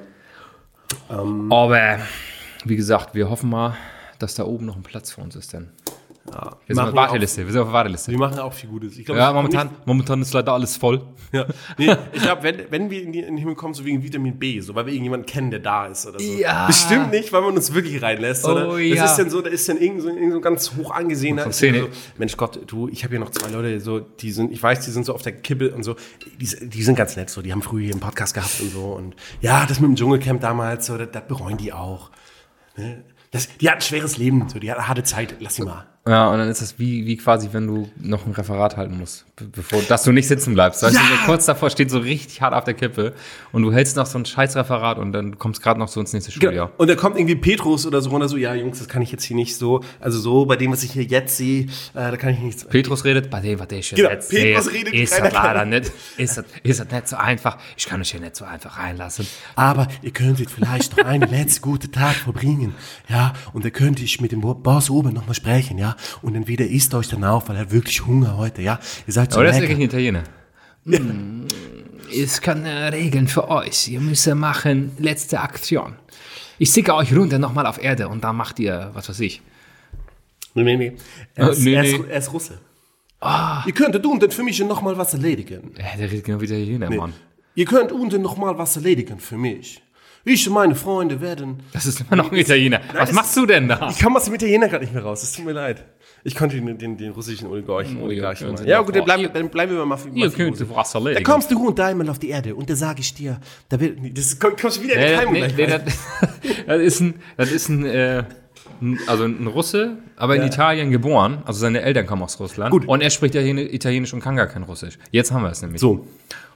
Ähm. Aber, wie gesagt, wir hoffen mal, dass da oben noch ein Platz für uns ist, denn. Ja, wir, sind auf Warteliste, wir sind auf der Warteliste. Wir machen auch viel Gutes. Ich glaub, ja, momentan, momentan ist leider alles voll. Ja. Nee, ich glaube, wenn, wenn wir in, die, in den Himmel kommen, so wegen Vitamin B, so weil wir irgendjemanden kennen, der da ist oder so. Ja. Bestimmt nicht, weil man uns wirklich reinlässt. Oh, oder? ja. Das ist dann so, da ist dann irgend so, irgend so ganz hoch angesehener. So, Mensch Gott, du, ich habe hier noch zwei Leute, so, die sind, ich weiß, die sind so auf der Kippe und so, die, die sind ganz nett, so, die haben früher hier einen Podcast gehabt und so. Und ja, das mit dem Dschungelcamp damals, so, das, das bereuen die auch. Ne? Das, die hatten ein schweres Leben, so, die hatten eine harte Zeit, lass sie mal. Ja, und dann ist das wie, wie quasi, wenn du noch ein Referat halten musst, bevor, dass du nicht sitzen bleibst. Weißt ja. du, so kurz davor steht so richtig hart auf der Kippe und du hältst noch so ein scheiß Referat und dann kommst gerade noch so ins nächste Schuljahr. Genau. Und da kommt irgendwie Petrus oder so runter, so, ja, Jungs, das kann ich jetzt hier nicht so, also so, bei dem, was ich hier jetzt sehe, äh, da kann ich nichts. Petrus redet, bei dem, was ich genau, jetzt Petrus sehe, redet, ist das leider nicht, ist das, ist das nicht so einfach. Ich kann euch hier nicht so einfach reinlassen. Aber ihr könntet vielleicht noch eine letzte gute Tat verbringen, ja, und da könnte ich mit dem Boss oben nochmal sprechen, ja, und dann wieder isst euch dann auf, weil er hat wirklich Hunger heute, ja. Ihr seid so Aber das lecker. ist wirklich ein Italiener. Ja. Mm, es kann äh, Regeln für euch. Ihr müsst machen, letzte Aktion. Ich schicke euch runter nochmal auf Erde und dann macht ihr, was weiß ich. Nee, nee, nee. Er ist, äh, nee, er ist, nee. er ist Russe. Ah. Ihr könntet unten für mich nochmal was erledigen. Ja, der redet genau wie der Italiener, Nee. Mann. Ihr könnt unten nochmal was erledigen für mich. Ich und meine Freunde werden... Das ist immer noch ein Italiener. Nein, was machst du denn da? Ich komme aus dem Italiener gerade nicht mehr raus, es tut mir leid. Ich konnte den, den, den russischen Oligarchen, Oligarchen machen. Ja gut, dann bleiben, dann bleiben wir mal... Ihr könnt Wasser legen. Da kommst du runter einmal auf die Erde und da sage ich dir, da wird... Das kommst du wieder in die Keimung nee, nee, das, das ist ein... Das ist ein äh, also ein Russe, aber in ja. Italien geboren. Also seine Eltern kommen aus Russland. Gut. Und er spricht ja Italienisch und kann gar kein Russisch. Jetzt haben wir es nämlich. So.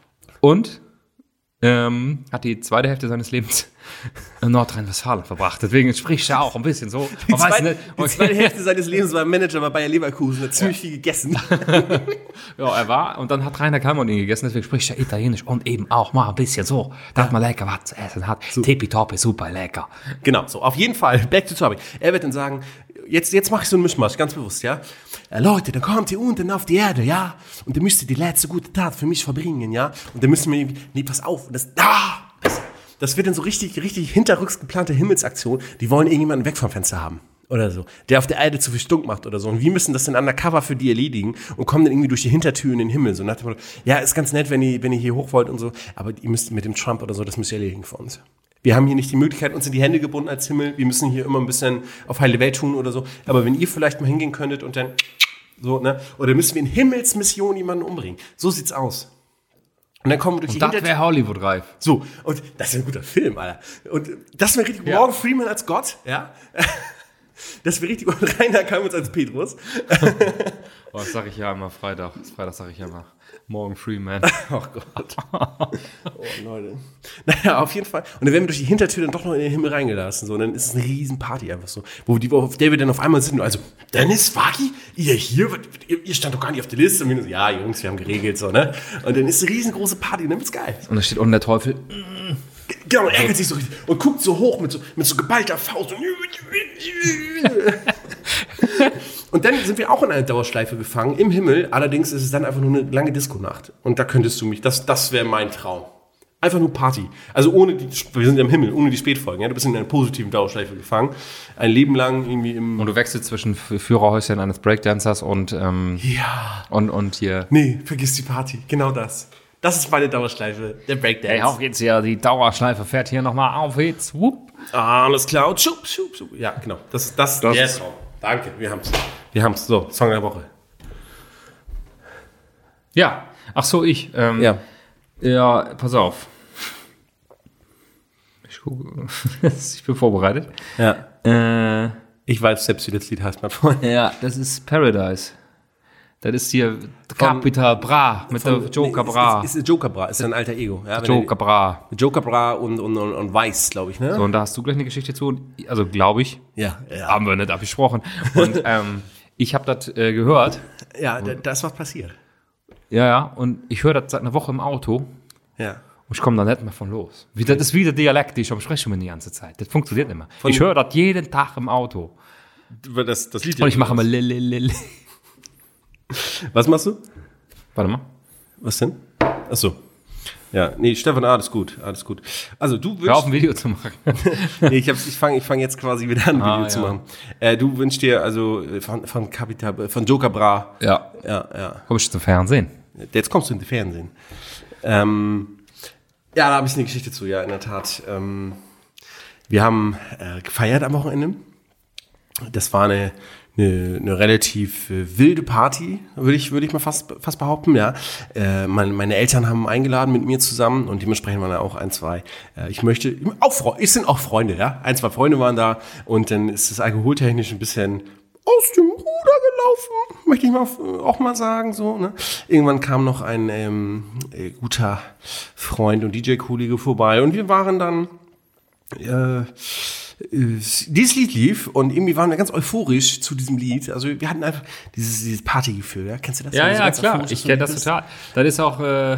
Und ähm, hat die zweite Hälfte seines Lebens in Nordrhein-Westfalen verbracht. Deswegen spricht er auch ein bisschen so. Die, zwei, nicht, die zweite Hälfte seines Lebens war Manager bei Bayer Leverkusen, hat ziemlich ja. viel gegessen. Ja, er war, und dann hat Rainer Kallmund ihn gegessen, deswegen spricht er Italienisch und eben auch mal ein bisschen so, dass ja. man lecker was zu essen hat. So. Tippitoppi, super lecker. Genau, so, auf jeden Fall, back to topic. Er wird dann sagen, jetzt, jetzt mache ich so einen Mischmasch, ganz bewusst, ja. Äh, Leute, dann kommt ihr unten auf die Erde, ja, und dann müsst ihr die letzte gute Tat für mich verbringen, ja, und dann müssen wir, nee, pass auf, und das, ah, das, das wird dann so richtig, richtig hinterrücks geplante Himmelsaktion, die wollen irgendjemanden weg vom Fenster haben. Oder so, der auf der Erde zu viel Stunk macht oder so. Und wir müssen das dann undercover für die erledigen und kommen dann irgendwie durch die Hintertür in den Himmel. So nach dem Motto, ja, ist ganz nett, wenn ihr, wenn ihr hier hoch wollt und so, aber ihr müsst mit dem Trump oder so, das müsst ihr erledigen für uns. Wir haben hier nicht die Möglichkeit, uns in die Hände gebunden als Himmel. Wir müssen hier immer ein bisschen auf heile Welt tun oder so. Aber wenn ihr vielleicht mal hingehen könntet und dann so, ne, oder müssen wir in Himmelsmission jemanden umbringen. So sieht's aus. Und dann kommen wir durch und die das wäre Hollywood-reif. So, und das ist ein guter Film, Alter. Und das wäre richtig, ja. Morgan Freeman als Gott, ja. Das wäre richtig, und Rainer Kallmund als Petrus. Oh, das sage ich ja immer Freitag. Freitag sage ich ja immer. Morgan Freeman. Oh Gott. Oh, Leute. Naja, auf jeden Fall. Und dann werden wir durch die Hintertür dann doch noch in den Himmel reingelassen. So. Und dann ist es eine riesen Party einfach so. Wo, die, wo auf der wir dann auf einmal sind. Also, Dennis, Faki, ihr hier? Ihr, ihr stand doch gar nicht auf der Liste. Und wir so, ja, Jungs, wir haben geregelt. So, ne? Und dann ist eine riesengroße Party. Und dann wird's geil. Und da steht unten der Teufel. Genau, und ärgert sich so richtig. Und guckt so hoch mit so, mit so geballter Faust. Und dann sind wir auch in einer Dauerschleife gefangen, im Himmel. Allerdings ist es dann einfach nur eine lange Disco-Nacht. Und da könntest du mich, das, das wäre mein Traum. Einfach nur Party. Also ohne die, wir sind ja im Himmel, ohne die Spätfolgen. Ja? Du bist in einer positiven Dauerschleife gefangen. Ein Leben lang irgendwie im... Und du wechselst zwischen Führerhäuschen eines Breakdancers und... Ähm, ja. Und, und hier... Nee, vergiss die Party. Genau das. Das ist meine Dauerschleife, der Breakdance. Hey, auf geht's hier, die Dauerschleife fährt hier nochmal auf jetzt. Whoop. Alles klar. Und schub, schub, schub. Ja, genau. Das ist das, das der Traum. Danke, wir haben's. Wir haben's. So, Song der Woche. Ja, ach so, ich. Ähm, ja. Ja, pass auf. Ich gucke. Ich bin vorbereitet. Ja. Äh, ich weiß selbst, wie das Lied heißt, mein Freund. Ja, das ist Paradise. Das ist hier Capital Bra mit von, der Joker nee, Bra. Ist, ist, ist Joker Bra, ist ein alter Ego. Ja, Joker Bra. Joker Bra und, und, und, und Weiß, glaube ich, ne? So, und da hast du gleich eine Geschichte zu. Also, glaube ich. Ja, ja. Haben wir nicht abgesprochen. Und ähm, ich habe das äh, gehört. Ja, da, da ist was passiert. Ja, ja. Und ich höre das seit einer Woche im Auto. Ja. Und ich komme da nicht mehr von los. Wie, das ist wieder Dialekt, ich spreche mir die ganze Zeit. Das funktioniert nicht mehr. Von ich höre das jeden Tag im Auto. Das, das Lied und ich mache mal lelelele. Was machst du? Warte mal. Was denn? Achso. Ja, nee, Stefan, alles gut, alles gut. Also du wünschst... Hör auf, ein Video zu machen. nee, ich, ich fange ich fang jetzt quasi wieder an, ein ah, Video ja. zu machen. Äh, du wünschst dir also von, von Capital, von Joker Bra... Ja. Ja, ja. Kommst du zum Fernsehen? Jetzt kommst du in den Fernsehen. Ähm, ja, da habe ich eine Geschichte zu, ja, in der Tat. Ähm, wir haben äh, gefeiert am Wochenende. Das war eine... Eine, eine relativ äh, wilde Party, würde ich, würde ich mal fast, fast behaupten, ja. Äh, meine, meine Eltern haben eingeladen mit mir zusammen und dementsprechend waren da auch ein, zwei. Äh, ich möchte, auch Freunde, es sind auch Freunde, ja. Ein, zwei Freunde waren da und dann ist es alkoholtechnisch ein bisschen aus dem Ruder gelaufen, möchte ich mal auch mal sagen, so, ne. Irgendwann kam noch ein ähm, äh, guter Freund und D J-Kollege vorbei und wir waren dann, äh, dieses Lied lief und irgendwie waren wir ganz euphorisch zu diesem Lied. Also wir hatten einfach dieses, dieses Partygefühl, ja? Kennst du das? Ja, ja, klar. Ich kenne das total. Das ist auch äh,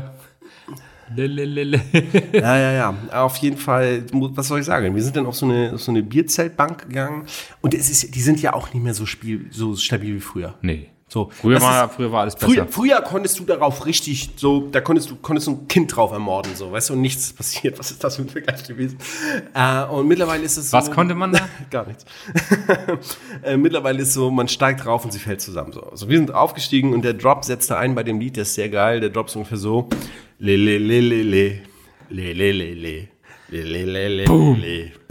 ja, ja, ja. Auf jeden Fall, was soll ich sagen? Wir sind dann auf so eine, auf so eine Bierzeltbank gegangen und es ist, die sind ja auch nicht mehr so, spiel, so stabil wie früher. Nee. So, früher, war, ist, früher war alles besser. Früher, früher konntest du darauf richtig, so, da konntest du, konntest du ein Kind drauf ermorden, so, weißt du, und nichts passiert. Was ist das für ein Vergleich gewesen? Äh, und mittlerweile ist es so. Was konnte man da? Gar nichts. äh, mittlerweile ist so, man steigt drauf und sie fällt zusammen, so. Also wir sind aufgestiegen und der Drop setzte ein bei dem Lied, der ist sehr geil. Der Drop ist ungefähr so, le, le, le, le, le, le, le, le, le. Boom.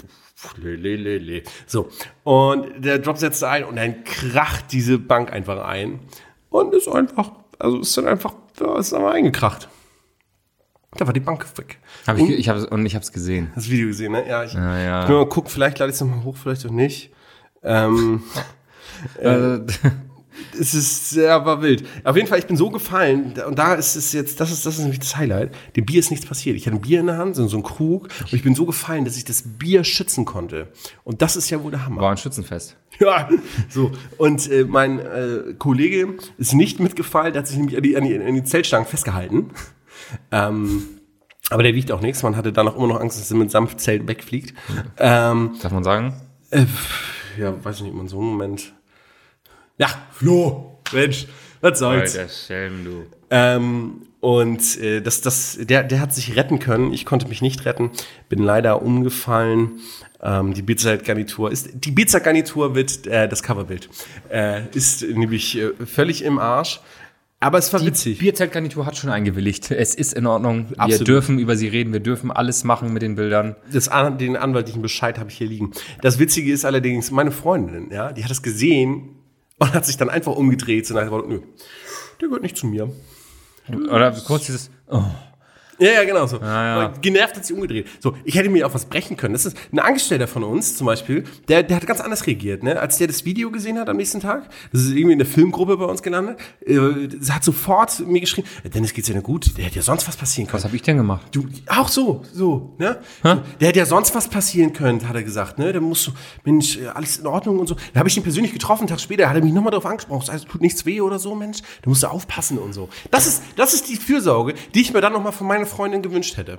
So, und der Drop setzte ein und dann kracht diese Bank einfach ein und ist einfach, also ist dann einfach, ja, ist aber eingekracht. Da war die Bank weg. Hab ich, ich hab, und ich habe es gesehen. Das Video gesehen, ne? Ja, ich Ja, ja. ich will mal gucken, vielleicht lade ich es nochmal hoch, vielleicht auch nicht. Ähm, Äh, es ist sehr war wild. Auf jeden Fall, ich bin so gefallen und da ist es jetzt, das ist, das ist nämlich das Highlight. Dem Bier ist nichts passiert. Ich hatte ein Bier in der Hand, so, so ein Krug und ich bin so gefallen, dass ich das Bier schützen konnte. Und das ist ja wohl der Hammer. War ein Schützenfest. Ja, so. Und äh, mein äh, Kollege ist nicht mitgefallen, der hat sich nämlich an die, an die, an die Zeltstangen festgehalten. Ähm, aber der wiegt auch nichts. Man hatte dann auch immer noch Angst, dass er mit Sanftzelt wegfliegt. Ähm, Darf man sagen? äh, ja, weiß ich nicht, man so einen Moment. Ja, Flo, Mensch, was soll's. Alter Schelm, du. Ähm, und äh, das, das, der, der hat sich retten können. Ich konnte mich nicht retten. Bin leider umgefallen. Ähm, die Bierzeit-Garnitur ist, die Bierzeit-Garnitur wird äh, das Coverbild. Äh, ist nämlich äh, völlig im Arsch. Aber es war Die witzig. Bierzeltgarnitur hat schon eingewilligt. Es ist in Ordnung. Wir Absolut. dürfen über sie reden. Wir dürfen alles machen mit den Bildern. Das, an- den anwaltlichen Bescheid habe ich hier liegen. Das Witzige ist allerdings, meine Freundin, ja, die hat es gesehen und hat sich dann einfach umgedreht. So nach dem Motto, nö, der gehört nicht zu mir. Oder kurz dieses, oh, Ja, ja, genau so. ja. Aber genervt hat sie umgedreht. So, ich hätte mir auch was brechen können. Das ist ein Angestellter von uns zum Beispiel, der, der hat ganz anders reagiert, ne? Als der das Video gesehen hat am nächsten Tag, das ist irgendwie in der Filmgruppe bei uns gelandet, äh, hat sofort mir geschrieben, Dennis, geht's dir denn gut? Der hätte ja sonst was passieren können. was habe ich denn gemacht? Du, auch so, so, ne? So, der hätte ja sonst was passieren können, hat er gesagt, ne? Da musst du, Mensch, äh, alles in Ordnung und so. Da habe ich ihn persönlich getroffen, einen Tag später, hat er mich nochmal darauf angesprochen, also tut nichts weh oder so, Mensch, da musst du aufpassen und so. Das ist, das ist die Fürsorge, die ich mir dann nochmal von meiner Freundin gewünscht hätte.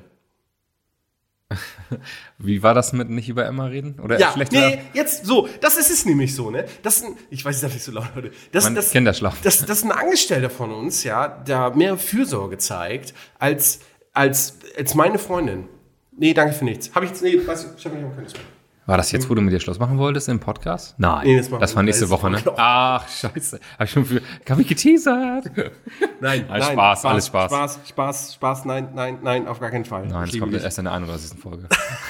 Wie war das mit nicht über Emma reden? Oder Ja, schlecht nee, jetzt so, das ist es nämlich so, ne? Das ist ein, ich weiß, ich darf nicht so laut, Leute. Das, Man das, kennt das Schlaf. Das, das ist ein Angestellter von uns, ja, der mehr Fürsorge zeigt, als, als, als meine Freundin. Nee, danke für nichts. Hab ich jetzt, nee, weiß ich, ich hab mich auch keine Zeit. War das jetzt, wo du mit dir Schluss machen wolltest im Podcast? Nein, Nee, das machen das wir war nächste nächste Woche, ne? Woche. Ach, scheiße. Hab ich schon für, hab ich geteasert? Nein, Nein, Spaß, alles Spaß. Spaß, Spaß, Spaß, nein, nein, nein, auf gar keinen Fall. Nein, Ich das liebe kommt dich. erst in der einunddreißigsten Folge.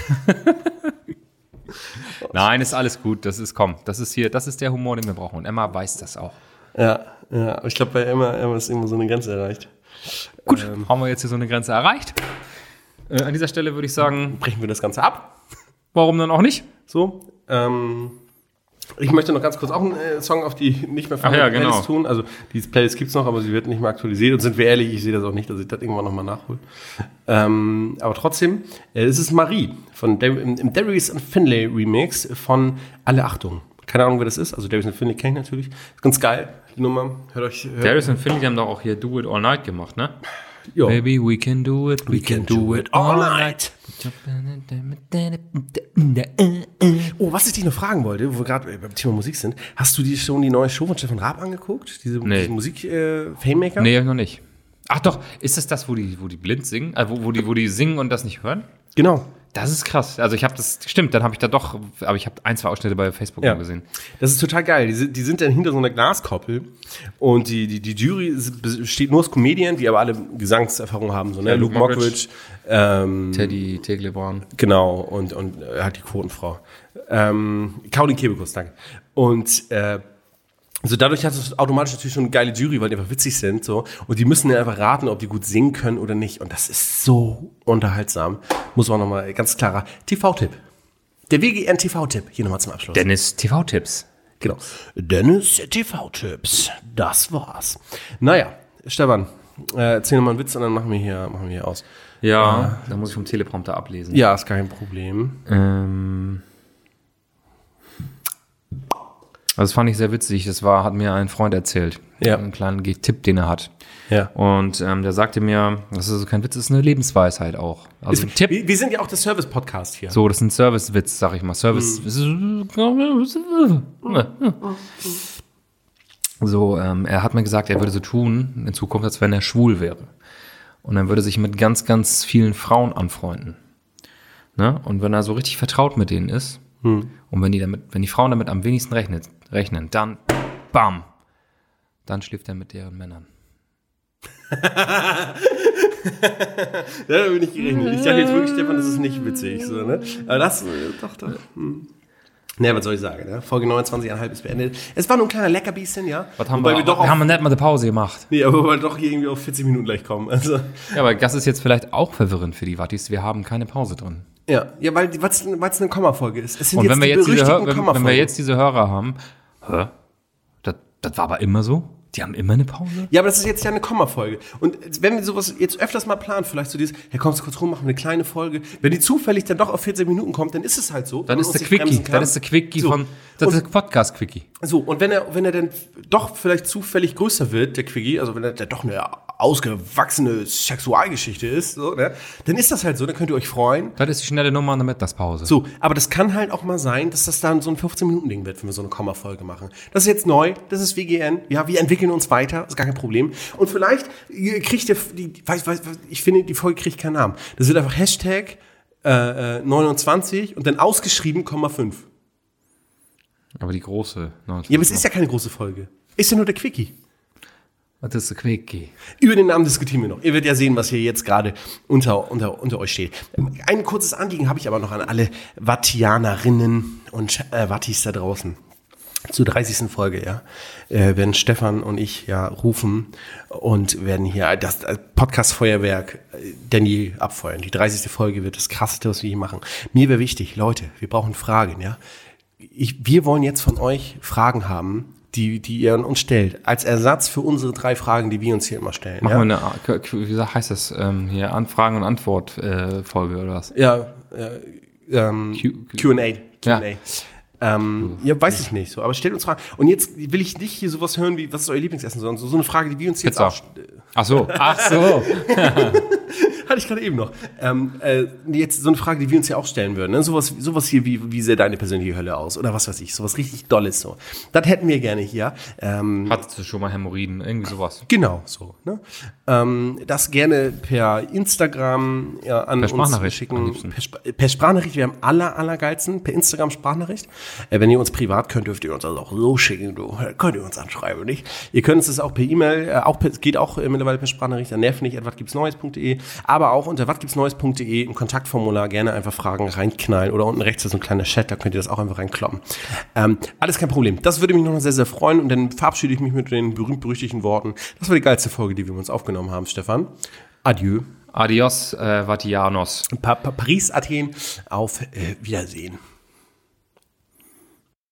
Nein, ist alles gut. Das ist, komm, das ist hier, das ist der Humor, den wir brauchen. Und Emma weiß das auch. Ja, ja, aber ich glaube, bei Emma, Emma ist immer so eine Grenze erreicht. Gut, haben wir jetzt hier so eine Grenze erreicht. Äh, an dieser Stelle würde ich sagen, Brechen wir das Ganze ab. warum dann auch nicht? So, ähm, ich möchte noch ganz kurz auch einen äh, Song auf die nicht mehr Ach ja, vorhandene Playlist genau. tun. Also die Playlist gibt's noch, aber sie wird nicht mehr aktualisiert. Und sind wir ehrlich, ich sehe das auch nicht, dass ich das irgendwann nochmal nachhole. Ähm, aber trotzdem, äh, es ist Marie von Dar- im, im Darius und Finlay Remix von Alle Achtung. Keine Ahnung, wer das ist. Also Darius und Finlay kenne ich natürlich. Ist ganz geil, die Nummer. Hört euch. Hört, Darius und Finley haben doch auch hier Do It All Night gemacht, ne? jo. Baby, we can do it, we, can, do it all night. Oh, was ich dich noch fragen wollte, wo wir gerade beim Thema Musik sind, hast du dir schon die neue Show von Stefan Raab angeguckt? Diese, Nee. diese Musik-Fame-Maker? Nee, hab ich noch nicht. Ach doch, ist das das, wo die, wo die blind singen? Also wo, wo, die, wo die singen und das nicht hören? Genau. Das ist krass. Also ich habe das, stimmt, dann habe ich da doch, aber ich habe ein, zwei Ausschnitte bei Facebook Ja. mal gesehen. Das ist total geil. Die sind, die sind dann hinter so einer Glaskoppel und die, die, die Jury besteht nur aus Comedien, die aber alle Gesangserfahrung haben. So, ne? Ja, Luke Luke Mockridge, ähm, Teddy Teglebran. genau, und, und äh, halt die Quotenfrau. Ähm, Caroline Kebekus, danke. Und äh, also dadurch hast du automatisch natürlich schon eine geile Jury, weil die einfach witzig sind. So. Und die müssen dann einfach raten, ob die gut singen können oder nicht. Und das ist so unterhaltsam. Muss man nochmal, ganz klarer T V-Tipp. Der W G N-T V-Tipp, hier nochmal zum Abschluss. Dennis T V-Tipps. Genau. Dennis T V-Tipps. Das war's. Naja, Stefan, äh, erzähl nochmal einen Witz und dann machen wir hier, machen wir hier aus. Ja, da muss ich vom Teleprompter ablesen. Ja, ist kein Problem. Ähm, also das fand ich sehr witzig. Das war, hat mir ein Freund erzählt. Ja. Einen kleinen Tipp, den er hat. Ja. Und ähm, der sagte mir, das ist kein Witz, das ist eine Lebensweisheit auch. Also ein Ist, Tipp. wir, wir sind ja auch der Service-Podcast hier. So, das ist ein Service-Witz, sag ich mal. Service. So, ähm, er hat mir gesagt, er würde so tun in Zukunft, als wenn er schwul wäre. Und dann würde sich mit ganz, ganz vielen Frauen anfreunden. Ne? Und wenn er so richtig vertraut mit denen ist, und wenn die damit, wenn die Frauen damit am wenigsten rechnet, rechnen, dann bam, dann schläft er mit deren Männern. Da habe ich nicht gerechnet. Ich dachte jetzt wirklich, Stefan, das ist nicht witzig. So, ne? Aber das, äh, doch, doch. Hm. Ne, was soll ich sagen, ne? Folge neunundzwanzig Komma fünf ist beendet. Es war nur ein kleiner Leckerbissen, ja. Was haben Wobei wir, wir doch wir auf, haben nicht mal eine Pause gemacht. nee, aber weil wir doch hier irgendwie auf vierzig Minuten gleich kommen. Also, Ja, aber das ist jetzt vielleicht auch verwirrend für die Wattis. Wir haben keine Pause drin. ja, ja, weil es eine Kommafolge ist. Es sind Und jetzt wenn wir die jetzt, diese, berüchtigten Hör- wenn, wenn wir Kommafolgen. jetzt diese Hörer haben, hä? Das, das war aber immer so? Die haben immer eine Pause? Ja, aber das ist jetzt ja eine Kommafolge. Und wenn wir sowas jetzt öfters mal planen, vielleicht so dieses, hey, kommst du kurz rum, machen wir eine kleine Folge. Wenn die zufällig dann doch auf vierzig Minuten kommt, dann ist es halt so. Das ist der Quickie. Das ist der Quickie So. von, das ist der Podcast-Quickie. So, und wenn er, wenn er dann doch vielleicht zufällig größer wird, der Quickie, also wenn er der doch eine ausgewachsene Sexualgeschichte ist, so, ne, dann ist das halt so, dann könnt ihr euch freuen. Das ist die schnelle Nummer an der Mittagspause. So, aber das kann halt auch mal sein, dass das dann so ein fünfzehn-Minuten-Ding wird, wenn wir so eine Kommafolge machen. Das ist jetzt neu, das ist W G N, ja, wir entwickeln uns weiter, ist gar kein Problem. Und vielleicht äh, kriegt ihr, die, weiß, weiß, ich finde, die Folge kriegt keinen Namen. Das wird einfach Hashtag äh, neunundzwanzig und dann ausgeschrieben, Komma fünf. Aber die große. Ja, aber es ist ja keine große Folge. Ist ja nur der Quickie. Das ist der Quickie. Über den Namen diskutieren wir noch. Ihr werdet ja sehen, was hier jetzt gerade unter, unter, unter euch steht. Ein kurzes Anliegen habe ich aber noch an alle Wattianerinnen und äh, Wattis da draußen. Zur dreißigsten Folge, ja, äh, werden Stefan und ich ja rufen und werden hier das Podcast-Feuerwerk äh, Danny abfeuern. Die dreißigste Folge wird das Krasseste, was wir hier machen. Mir wäre wichtig, Leute, wir brauchen Fragen, ja. Ich, wir wollen jetzt von euch Fragen haben, die, die ihr an uns stellt, als Ersatz für unsere drei Fragen, die wir uns hier immer stellen. Machen ja? wir eine, wie heißt das, ähm, hier Anfragen- und Antwort-Folge oder was? Ja, äh, ähm, Q- Q und A. Q und A. Ja. Ähm, ja, weiß ich nicht so, aber stellt uns Fragen. Und jetzt will ich nicht hier sowas hören wie, was ist euer Lieblingsessen, sondern so, so eine Frage, die wir uns jetzt Pizza. auch... Ach so, ach so. Hatte ich gerade eben noch. Ähm, äh, jetzt so eine Frage, die wir uns ja auch stellen würden. Ne? Sowas, sowas hier wie, wie sähe deine persönliche Hölle aus? Oder was weiß ich, sowas richtig Dolles so. Das hätten wir gerne hier. Ähm, Hattest du schon mal Hämorrhoiden, irgendwie sowas? Genau, so. Ne? Ähm, das gerne per Instagram ja, an Per uns Sprachnachricht am schicken. liebsten. Per, Sp- per Sprachnachricht, wir haben aller, allergeilsten per Instagram Sprachnachricht. Äh, wenn ihr uns privat könnt, dürft ihr uns das auch so schicken. Du, könnt ihr uns anschreiben, nicht? Ihr könnt uns das auch per E-Mail, äh, auch per, geht auch äh, mittlerweile per Sprachnachricht an nervig at watgibtsneues punkt de, aber auch unter watgibtsneues punkt de im Kontaktformular gerne einfach Fragen reinknallen oder unten rechts ist so ein kleiner Chat, da könnt ihr das auch einfach reinkloppen. Ähm, alles kein Problem. Das würde mich noch sehr, sehr freuen und dann verabschiede ich mich mit den berühmt-berüchtigten Worten. Das war die geilste Folge, die wir uns aufgenommen haben, Stefan. Adieu. Adios, äh, Vatianos. Pa- Pa- Paris, Athen. Auf äh, Wiedersehen.